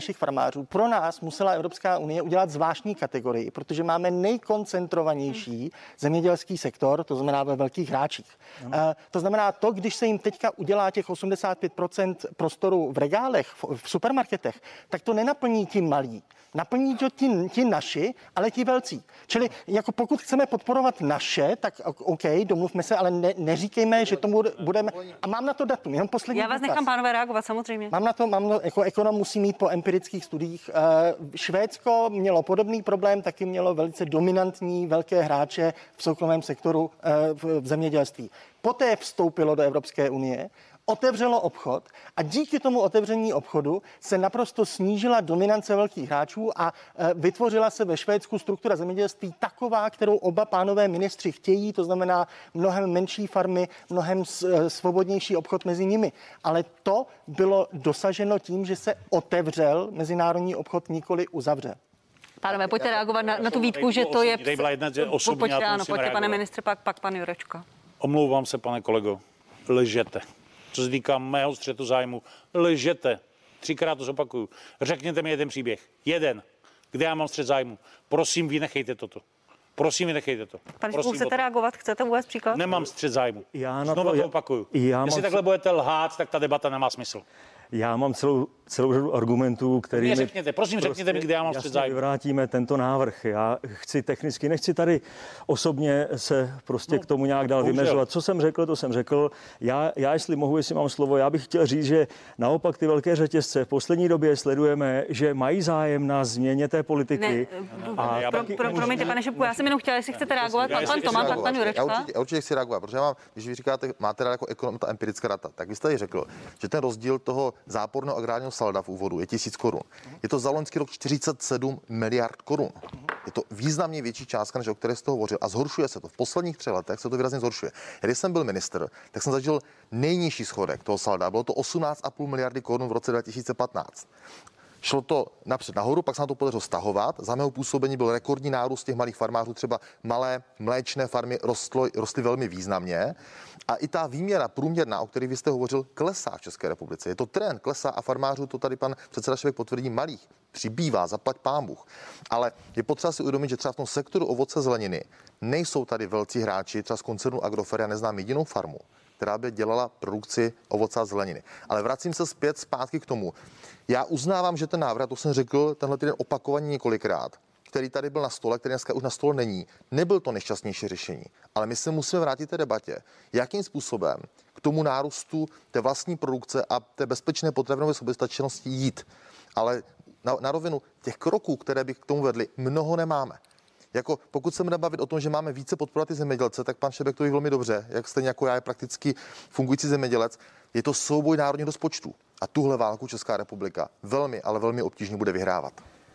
farmářů, pro nás musela Evropská unie udělat zvláštní kategorii, protože máme nejkoncentrovanější zemědělský sektor, to znamená ve velkých hráčích. Uh, to znamená to, když se jim teďka udělá těch osmdesát pět procent prostoru v regálech, v, v supermarketech, tak to nenaplní ti malí. Naplní to ti, ti naši, ale ti velcí. Čili jako pokud chceme podporovat naše, tak OK, domluvme se, ale ne, neříkejme, že tomu budeme... A mám na to datum, jenom poslední Já vás důkaz. nechám, pánové, reagovat samozřejmě. Mám na to, mám na, jako ekonom musí mít po empirických studiích. Švédsko mělo podobný problém, taky mělo velice dominantní velké hráče v soukromém sektoru v zemědělství. Poté vstoupilo do Evropské unie, otevřelo obchod a díky tomu otevření obchodu se naprosto snížila dominance velkých hráčů a vytvořila se ve Švédsku struktura zemědělství taková, kterou oba pánové ministři chtějí, to znamená mnohem menší farmy, mnohem svobodnější obchod mezi nimi. Ale to bylo dosaženo tím, že se otevřel mezinárodní obchod, nikoli uzavřel. Pánové, pojďte reagovat na, na tu výtku, že to je... Tady byla jedna osobní, pojďte, ano, pojďte, pane ministře, pak, pak pan Jurečka. Omlouvám se, pane kolego, lžete. Co se týká mého střetu zájmu, lžete. Třikrát to zopakuju. Řekněte mi jeden příběh. Jeden. Kde já mám střet zájmu. Prosím, vynechejte toto. Prosím, vynechejte to. Pane Šipku, chcete reagovat? Chcete uvést příklad? Nemám střet zájmu. Já na Znovu to, to opakuju. Já Jestli mám... takhle budete lhát, tak ta debata nemá smysl. Já mám celou, celou řadu argumentů, kterými... Řekněte, prosím, prostě řekněte mi, kde já mám střet zájmu. Vyvrátíme tento návrh. Já chci technicky, nechci tady osobně se prostě no, k tomu nějak dál vymeřovat. Co jsem řekl, to jsem řekl. Já, já, jestli mohu, jestli mám slovo, já bych chtěl říct, že naopak ty velké řetězce v poslední době sledujeme, že mají zájem na změně té politiky. Ne, a pro, pro, promiňte, pane Šipku, já jsem jenom chtěla, jestli chcete reagovat, pan, pan Toman, pak pan Jurečka. Já určitě, já určitě chci reagovat, protože mám, když vy říkáte, máte jako ekonom ta empirická data, tak vy jste tady řekl, že ten rozdíl toho záporného agrárního salda v úvodu je tisíc korun. Je to za loňský rok čtyřicet sedm miliard korun. Je to významně větší částka, než o které jste hovořil. A zhoršuje se to. V posledních třech letech se to výrazně zhoršuje. Když jsem byl ministr, tak jsem zažil nejnižší schodek toho salda. Bylo to osmnáct celá pět miliardy korun v roce dva tisíce patnáct. Šlo to napřed nahoru, pak se na to podařilo stahovat. Za mého působení byl rekordní nárůst těch malých farmářů, třeba malé mléčné farmy rostlo, rostly velmi významně. A i ta výměra průměrná, o které vy jste hovořil, klesá v České republice. Je to trend, klesá a farmářů, to tady pan předseda Šebek potvrdí, malých přibývá, zaplať pán Bůh. Ale je potřeba si uvědomit, že třeba v tom sektoru ovoce zeleniny nejsou tady velcí hráči, třeba z koncernu Agrofer, já neznám jedinou farmu, která by dělala produkci ovoce a zeleniny. Ale vracím se zpět zpátky k tomu. Já uznávám, že ten návrh, to jsem řekl tenhle týden opakovaně několikrát, který tady byl na stole, který dneska už na stole není, nebyl to nejšťastnější řešení. Ale my se musíme vrátit té debatě, jakým způsobem k tomu nárůstu té vlastní produkce a té bezpečné potravinové soběstačnosti jít. Ale na, na rovinu těch kroků, které by k tomu vedly, mnoho nemáme. Jako pokud se budeme bavit o tom, že máme více podporovat ty zemědělce, tak pan Šebek to ví velmi dobře, jak stejně jako já je prakticky fungující zemědělec, je to souboj národních rozpočtů. A tuhle válku Česká republika velmi, ale velmi obtížně bude vyhrávat.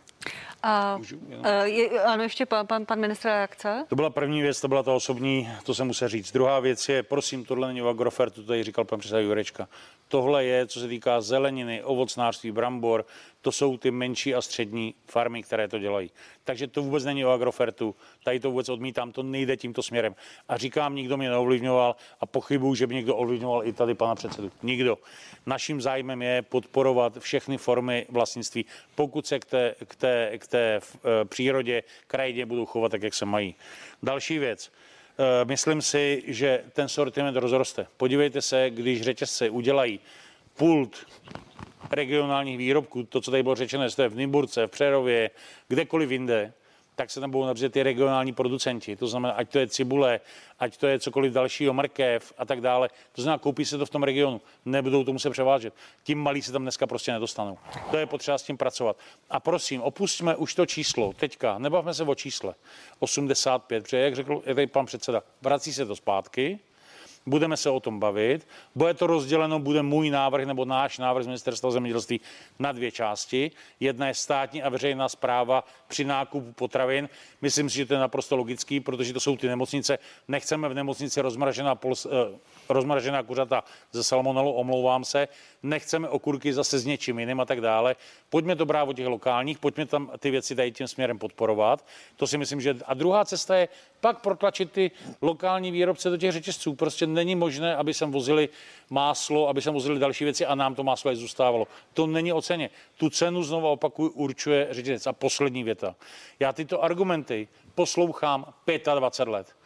A, je, ano, ještě pan, pan, pan ministr reakce. To byla první věc, to byla ta osobní, to se musí říct. Druhá věc je, prosím, tohle není o Agrofertu, to tady říkal pan předseda Jurečka. Tohle je, co se týká zeleniny, ovocnářství, brambor, to jsou ty menší a střední farmy, které to dělají. Takže to vůbec není o Agrofertu, tady to vůbec odmítám, to nejde tímto směrem. A říkám, nikdo mě neovlivňoval a pochybuju, že by někdo ovlivňoval i tady pana předsedu. Nikdo. Naším zájmem je podporovat všechny formy vlastnictví, pokud se k té, k té, k té e, přírodě, krajině budou chovat tak, jak se mají. Další věc. Myslím si, že ten sortiment rozroste. Podívejte se, když řetězce udělají pult regionálních výrobků, to, co tady bylo řečeno, jestli v Nymburce, v Přerově, kdekoliv jinde, tak se tam budou nabízet ty regionální producenti. To znamená, ať to je cibule, ať to je cokoliv dalšího, mrkev a tak dále. To znamená, koupí se to v tom regionu, nebudou to muset převážet. Tím malí se tam dneska prostě nedostanou. To je potřeba s tím pracovat. A prosím, opustíme už to číslo teďka, nebavme se o čísle osmdesát pět, protože jak řekl tady pan předseda, vrací se to zpátky. Budeme se o tom bavit. Bude to rozděleno, bude můj návrh nebo náš návrh z Ministerstva zemědělství na dvě části. Jedna je státní a veřejná správa při nákupu potravin. Myslím si, že to je naprosto logický, protože to jsou ty nemocnice. Nechceme v nemocnici rozmražená, pols, eh, rozmražená kuřata ze salmonelou, omlouvám se. Nechceme okurky zase s něčím jiným a tak dále. Pojďme to brát od těch lokálních, pojďme tam ty věci tady tím směrem podporovat. To si myslím, že... A druhá cesta je pak protlačit ty lokální výrobce do těch řetězců. Prostě není možné, aby sem vozili máslo, aby sem vozili další věci a nám to máslo je zůstávalo. To není o ceně. Tu cenu, znovu opakuju, určuje řetězec. A poslední věta. Já tyto argumenty poslouchám dvacet pět let.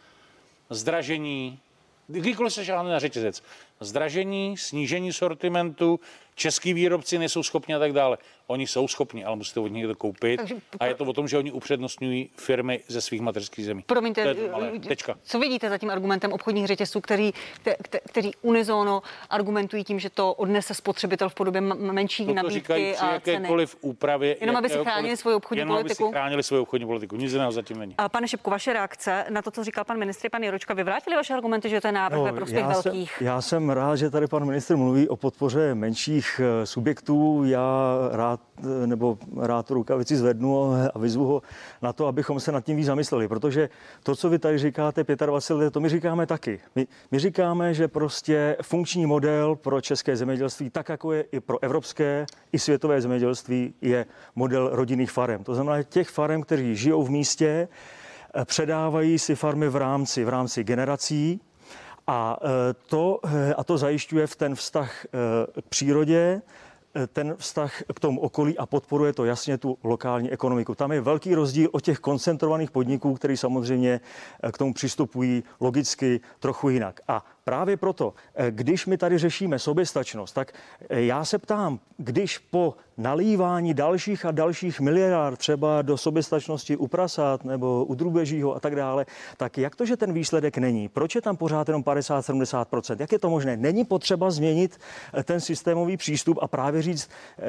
Zdražení, kdykoliv se žádný na řetězec. Zdražení, snížení sortimentu, český výrobci nejsou schopni a tak dále. Oni jsou schopni, ale musíte od nich to koupit. Takže, a je to o tom, že oni upřednostňují firmy ze svých mateřských zemí. Promiňte, Tečka. Co vidíte za tím argumentem obchodních řetězců, který, kte, kteří unizono argumentují tím, že to odnese spotřebitel v podobě menší to nabídky říkají při a jakékoliv ceny. úpravě. Jenom aby si chránili svoji obchodní jenom politiku. Jenom aby si chránili svoji obchodní politiku. Nic jiného zatím není. A pane Šipku, vaše reakce na to, co říkal pan ministr, pan Jurečka, vyvrátili vaše argumenty, že to je návrh no, ve prospěch já velkých? Jsem, já jsem rád, že tady pan ministr mluví o podpoře menších subjektů. Já rád nebo rád tu rukavici zvednu a vyzvu ho na to, abychom se nad tím víc zamysleli, protože to, co vy tady říkáte dvacet pět let, to my říkáme taky. My, my říkáme, že prostě funkční model pro české zemědělství, tak jako je i pro evropské, i světové zemědělství, je model rodinných farem. To znamená těch farem, kteří žijou v místě, předávají si farmy v rámci, v rámci generací a to, a to zajišťuje v ten vztah k přírodě, ten vztah k tomu okolí a podporuje to jasně tu lokální ekonomiku. Tam je velký rozdíl od těch koncentrovaných podniků, který samozřejmě k tomu přistupují logicky trochu jinak. A právě proto, když my tady řešíme soběstačnost, tak já se ptám, když po nalívání dalších a dalších miliard třeba do soběstačnosti u prasat nebo u drůbežího a tak dále, tak jak to, že ten výsledek není? Proč je tam pořád jenom padesát až sedmdesát procent? Jak je to možné? Není potřeba změnit ten systémový přístup a právě říct,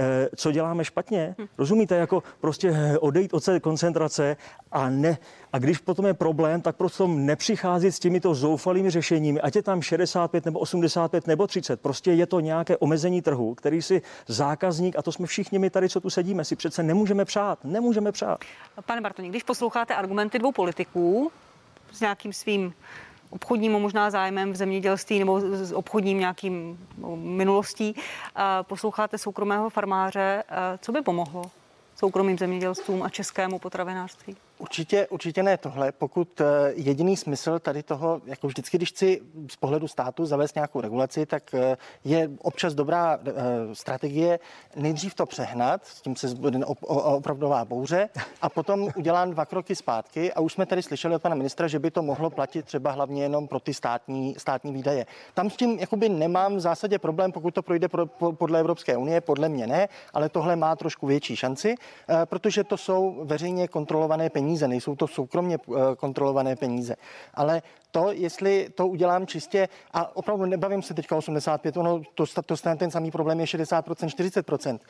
co děláme špatně? Rozumíte, jako prostě odejít od té koncentrace a ne. A když potom je problém, tak prostě nepřicházet s těmito zoufalými řešeními, ať je tam šedesát pět nebo osmdesát pět nebo třicet. Prostě je to nějaké omezení trhu, který si zákazník, a to jsme všichni my tady, co tu sedíme, si přece nemůžeme přát. Nemůžeme přát. Pane Bartoň, když posloucháte argumenty dvou politiků s nějakým svým obchodním možná zájmem v zemědělství nebo s obchodním nějakým minulostí, posloucháte soukromého farmáře, co by pomohlo soukromým zemědělstvům a českému potravinářství? Určitě, určitě ne tohle. Pokud jediný smysl tady toho, jako vždycky, když chci z pohledu státu zavést nějakou regulaci, tak je občas dobrá strategie nejdřív to přehnat, s tím se zbude opravdová bouře a potom udělám dva kroky zpátky a už jsme tady slyšeli od pana ministra, že by to mohlo platit třeba hlavně jenom pro ty státní, státní výdaje. Tam s tím jakoby nemám v zásadě problém, pokud to projde pro, podle Evropské unie, podle mě ne, ale tohle má trošku větší šanci, protože to jsou veřejně kontrolované peníze. Nejsou to soukromně kontrolované peníze. Ale to, jestli to udělám čistě, a opravdu nebavím se teďka osmdesát pět, ono to, to stane ten samý problém je šedesát procent, čtyřicet procent.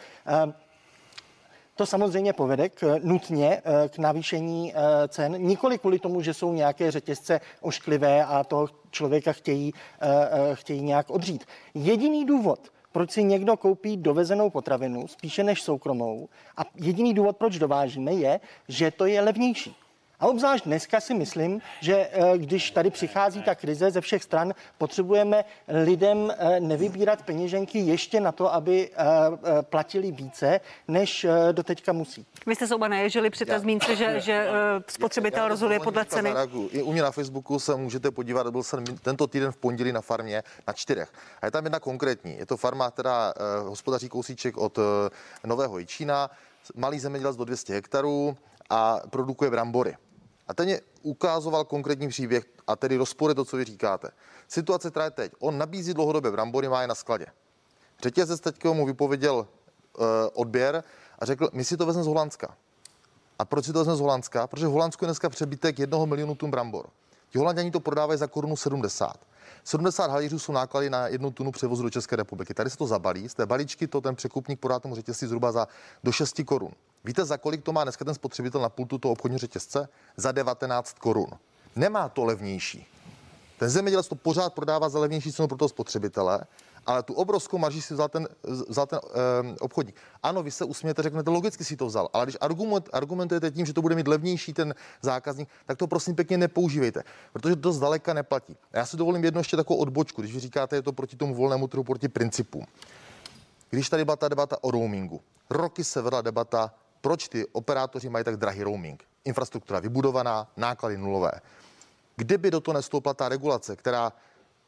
To samozřejmě povede k, nutně k navýšení cen, nikoli kvůli tomu, že jsou nějaké řetězce ošklivé a toho člověka chtějí, chtějí nějak odřít. Jediný důvod, proč si někdo koupí dovezenou potravinu, spíše než soukromou, a jediný důvod, proč dovážíme, je, že to je levnější. A obzvlášť dneska si myslím, že když tady přichází ta krize ze všech stran, potřebujeme lidem nevybírat peněženky ještě na to, aby platili více, než doteďka musí. Vy jste se oba neježili při té zmínce, že, že spotřebitel rozhoduje podle ceny. Zareaguju. I u mě na Facebooku se můžete podívat, byl jsem tento týden v pondělí na farmě na čtyřech. A je tam jedna konkrétní. Je to farma, která hospodaří kousíček od Nového Jičína, malý zemědělec do dvě stě hektarů a produkuje brambory. A ten je ukázoval konkrétní příběh a tedy rozporuje to, co vy říkáte. Situace, která je teď, on nabízí dlouhodobě brambory, má je na skladě. Řetězec teď mu vypověděl uh, odběr a řekl, my si to vezmeme z Holandska. A proč si to vezmeme z Holandska? Protože v Holandsku je dneska přebytek jednoho milionu tun brambor. Ti Holanděni to prodávají za korunu sedmdesát. sedmdesát halířů jsou náklady na jednu tunu převozu do České republiky. Tady se to zabalí, z té balíčky to ten překupník podá tomu řetězci zhruba za do šesti korun. Víte, za kolik to má dneska ten spotřebitel na pultu toho obchodního řetězce? Za devatenáct korun. Nemá to levnější. Ten zemědělec to pořád prodává za levnější cenu pro toho spotřebitele, ale tu obrovskou marži si vzal ten, vzal ten um, obchodník. Ano, vy se usmějete, řeknete, logicky si to vzal, ale když argument, argumentujete tím, že to bude mít levnější ten zákazník, tak to prosím pěkně nepoužívejte, protože to zdaleka neplatí. A já si dovolím jednu ještě takovou odbočku, když vy říkáte, je to proti tomu volnému trhu, proti principům. Když tady byla ta debata o roamingu, roky se vedla debata, proč ty operátoři mají tak drahý roaming. Infrastruktura vybudovaná, náklady nulové. Kdyby do toho nestoupla ta regulace, která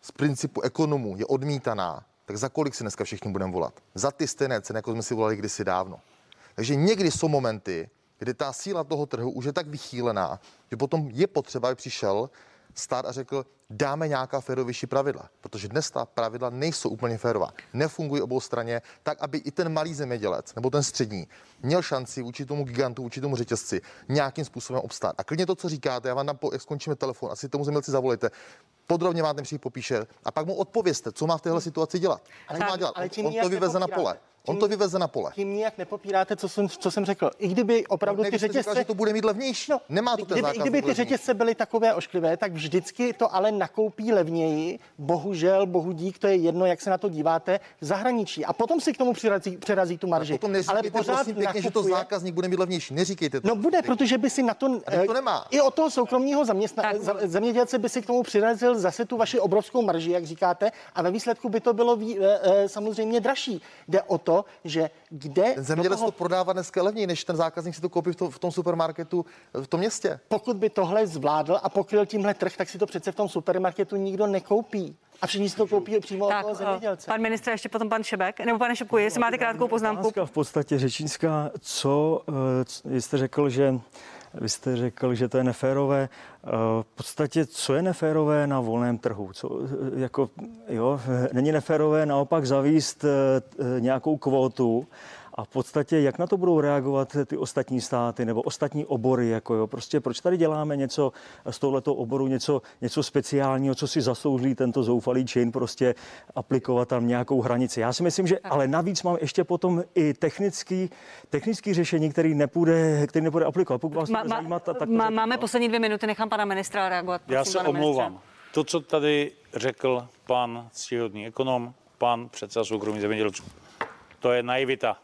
z principu ekonomů je odmítaná, tak za kolik si dneska všichni budeme volat? Za ty stejné ceny, jako jsme si volali kdysi dávno. Takže někdy jsou momenty, kdy ta síla toho trhu už je tak vychýlená, že potom je potřeba, aby přišel stát a řekl, dáme nějaká férovější pravidla, protože dnes ta pravidla nejsou úplně férová. Nefungují obou straně, tak aby i ten malý zemědělec nebo ten střední měl šanci vůči tomu gigantu, vůči tomu řetězci nějakým způsobem obstát. A klidně to, co říkáte, já vám dám, jak skončíme telefon, asi tomu zemědělci zavolejte. Podrobně vám ten příběh popíše a pak mu odpovězte, co má v téhle situaci dělat. Ale, má dělat. Ale on to vyveze na pole. On to vyveze na pole. Tím nijak nepopíráte, co jsem, co jsem řekl. I kdyby opravdu no, ty řetězce... Říkal, že to bude mít levnější. No, nemá to ten kdyby, zákaz. Kdyby ty řetězce byly takové ošklivé, tak vždycky to ale nakoupí levněji. Bohužel, bohu dík, to je jedno, jak se na to díváte, v zahraničí. A potom si k tomu přirazí, přerazí tu marži. A potom neříkejte, ale pořád prosím, pěkně, že to zákazník bude mít levnější. Neříkejte to. No bude, protože by si na to... to nemá. I od toho soukromního zaměstna... zemědělce by si k tomu přirazil zase tu vaši obrovskou marži, jak říkáte, a ve výsledku by to bylo ví, samozřejmě dražší. Jde o to, že kde... Ten zemědělec toho... to prodává dneska levněji, než ten zákazník si to koupí v tom, v tom supermarketu v tom městě. Pokud by tohle zvládl a pokryl tímhle trh, tak si to přece v tom supermarketu nikdo nekoupí. A všichni si to koupí přímo tak, od toho zemědělce. Pan ministr, ještě potom pan Šebek, nebo pane Šebku, jestli máte krátkou poznámku. V podstatě řečnická, co vy jste řekl, že Vy jste řekl, že to je neférové. V podstatě, co je neférové na volném trhu? Co, jako, jo, není neférové naopak zavíst nějakou kvótu a v podstatě, jak na to budou reagovat ty ostatní státy nebo ostatní obory? Jako jo, prostě proč tady děláme něco z tohoto oboru, něco, něco speciálního, co si zaslouží tento zoufalý čin, prostě aplikovat tam nějakou hranici. Já si myslím, že ale navíc mám ještě potom i technický, technický řešení, který nepůjde, který nepůjde aplikovat. Pokud vás má, to zajímá, tak to má, máme poslední dvě minuty, nechám pana ministra reagovat. Prosím, Já se omlouvám. Ministra. To, co tady řekl pan ctihodný ekonom, pan předseda soukromých zemědělců, to je naivita.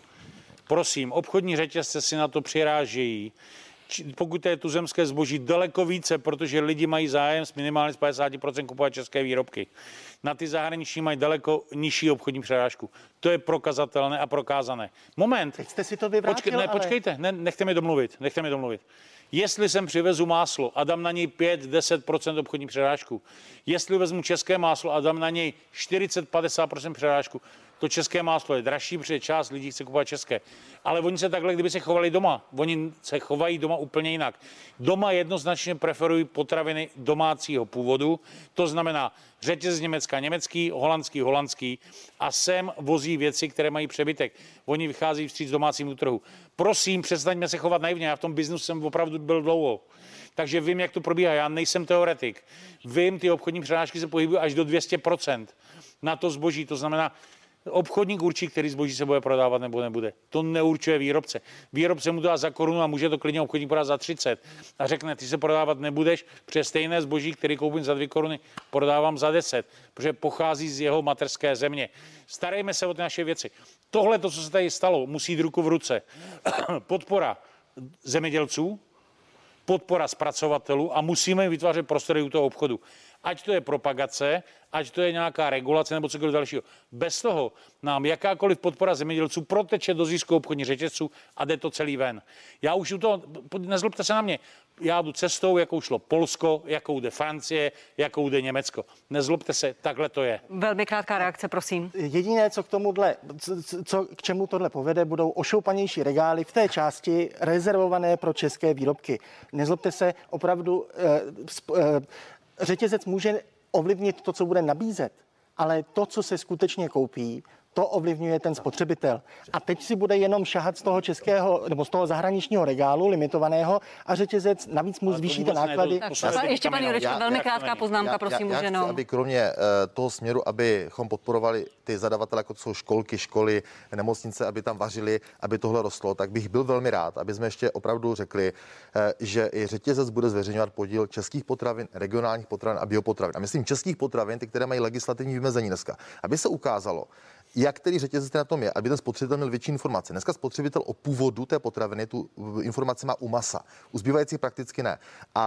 Prosím, obchodní řetězce si na to přirážejí. Pokud je tuzemské zboží daleko více, protože lidi mají zájem s minimálně z padesát procent kupovat české výrobky. Na ty zahraniční mají daleko nižší obchodní přirážku. To je prokazatelné a prokázané. Moment. Teď jste si to vyvrátil, Počkej, ne, ale... počkejte, ne, nechte mi domluvit, nechte mi domluvit. Jestli sem přivezu máslo a dám na něj pět až deset procent obchodní přirážku, jestli vezmu české máslo a dám na něj čtyřicet až padesát procent přirážku, to české máslo je dražší, protože část lidí chce kupovat české. Ale oni se takhle, kdyby se chovali doma, oni se chovají doma úplně jinak. Doma jednoznačně preferují potraviny domácího původu, to znamená řetěz z Německa německý, holandský holandský a sem vozí věci, které mají přebytek. Oni vychází vstříc domácímu trhu. Prosím, přestaňme se chovat naivně, já v tom biznesu jsem opravdu byl dlouho. Takže vím, jak to probíhá, já nejsem teoretik. Vím, ty obchodní přirážky se pohybují až do dvě stě procent na to zboží, to znamená, obchodník určí, který zboží se bude prodávat nebo nebude. To neurčuje výrobce. Výrobce mu dá za korunu a může to klidně obchodník prodat za třicet. A řekne, ty se prodávat nebudeš, protože stejné zboží, který koupím za dvě koruny, prodávám za deset, protože pochází z jeho mateřské země. Starejme se o ty naše věci. Tohle, to, co se tady stalo, musí jít ruku v ruce. Podpora zemědělců, podpora zpracovatelů a musíme vytvářet prostory u toho obchodu. Ať to je propagace, ať to je nějaká regulace nebo cokoliv dalšího. Bez toho nám jakákoliv podpora zemědělců proteče do zisku obchodních řetězců a jde to celý ven. Já už u toho, nezlobte se na mě, já jdu cestou, jakou šlo Polsko, jakou jde Francie, jakou jde Německo. Nezlobte se, takhle to je. Velmi krátká reakce, prosím. Jediné, co k tomuhle, co, k čemu tohle povede, budou ošoupanější regály v té části rezervované pro české výrobky. Nezlobte se, opravdu eh, eh, řetězec může ovlivnit to, co bude nabízet, ale to, co se skutečně koupí, to ovlivňuje ten spotřebitel. A teď si bude jenom šahat z toho českého nebo z toho zahraničního regálu limitovaného a řetězec navíc mu zvýší ty náklady. Tak, ještě pan Jurečka, velmi krátká poznámka, prosím, já, já, já chci, aby kromě uh, toho směru, abychom podporovali ty zadavatele, jako jsou školky, školy, nemocnice, aby tam vařili, aby tohle rostlo, tak bych byl velmi rád, aby jsme ještě opravdu řekli, uh, že i řetězec bude zveřejňovat podíl českých potravin, regionálních potravin a biopotravin. A myslím českých potravin, ty, které mají legislativní vymezení dneska, aby se ukázalo, jak který řetězec na tom je, aby ten spotřebitel měl větší informace. Dneska spotřebitel o původu té potraviny tu informaci má u masa, u zbývajících prakticky ne. A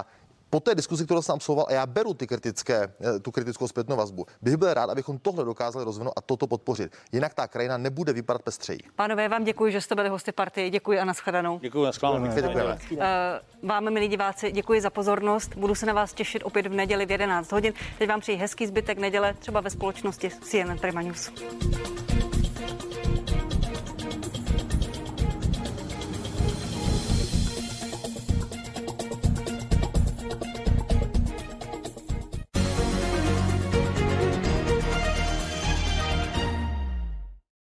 po té diskuzi, kterou jsem absolvoval, a já beru ty kritické, tu kritickou zpětnou vazbu, bych byl rád, abychom tohle dokázali rozvinout a toto podpořit. Jinak ta krajina nebude vypadat pestřeji. Pánové, vám děkuji, že jste byli hosty Partii. Děkuji a nashledanou. Děkuji, nashledanou. Děkujeme. Vám, milí diváci, děkuji za pozornost. Budu se na vás těšit opět v neděli v jedenáct hodin. Teď vám přeji hezký zbytek neděle, třeba ve společnosti C N N Prima News.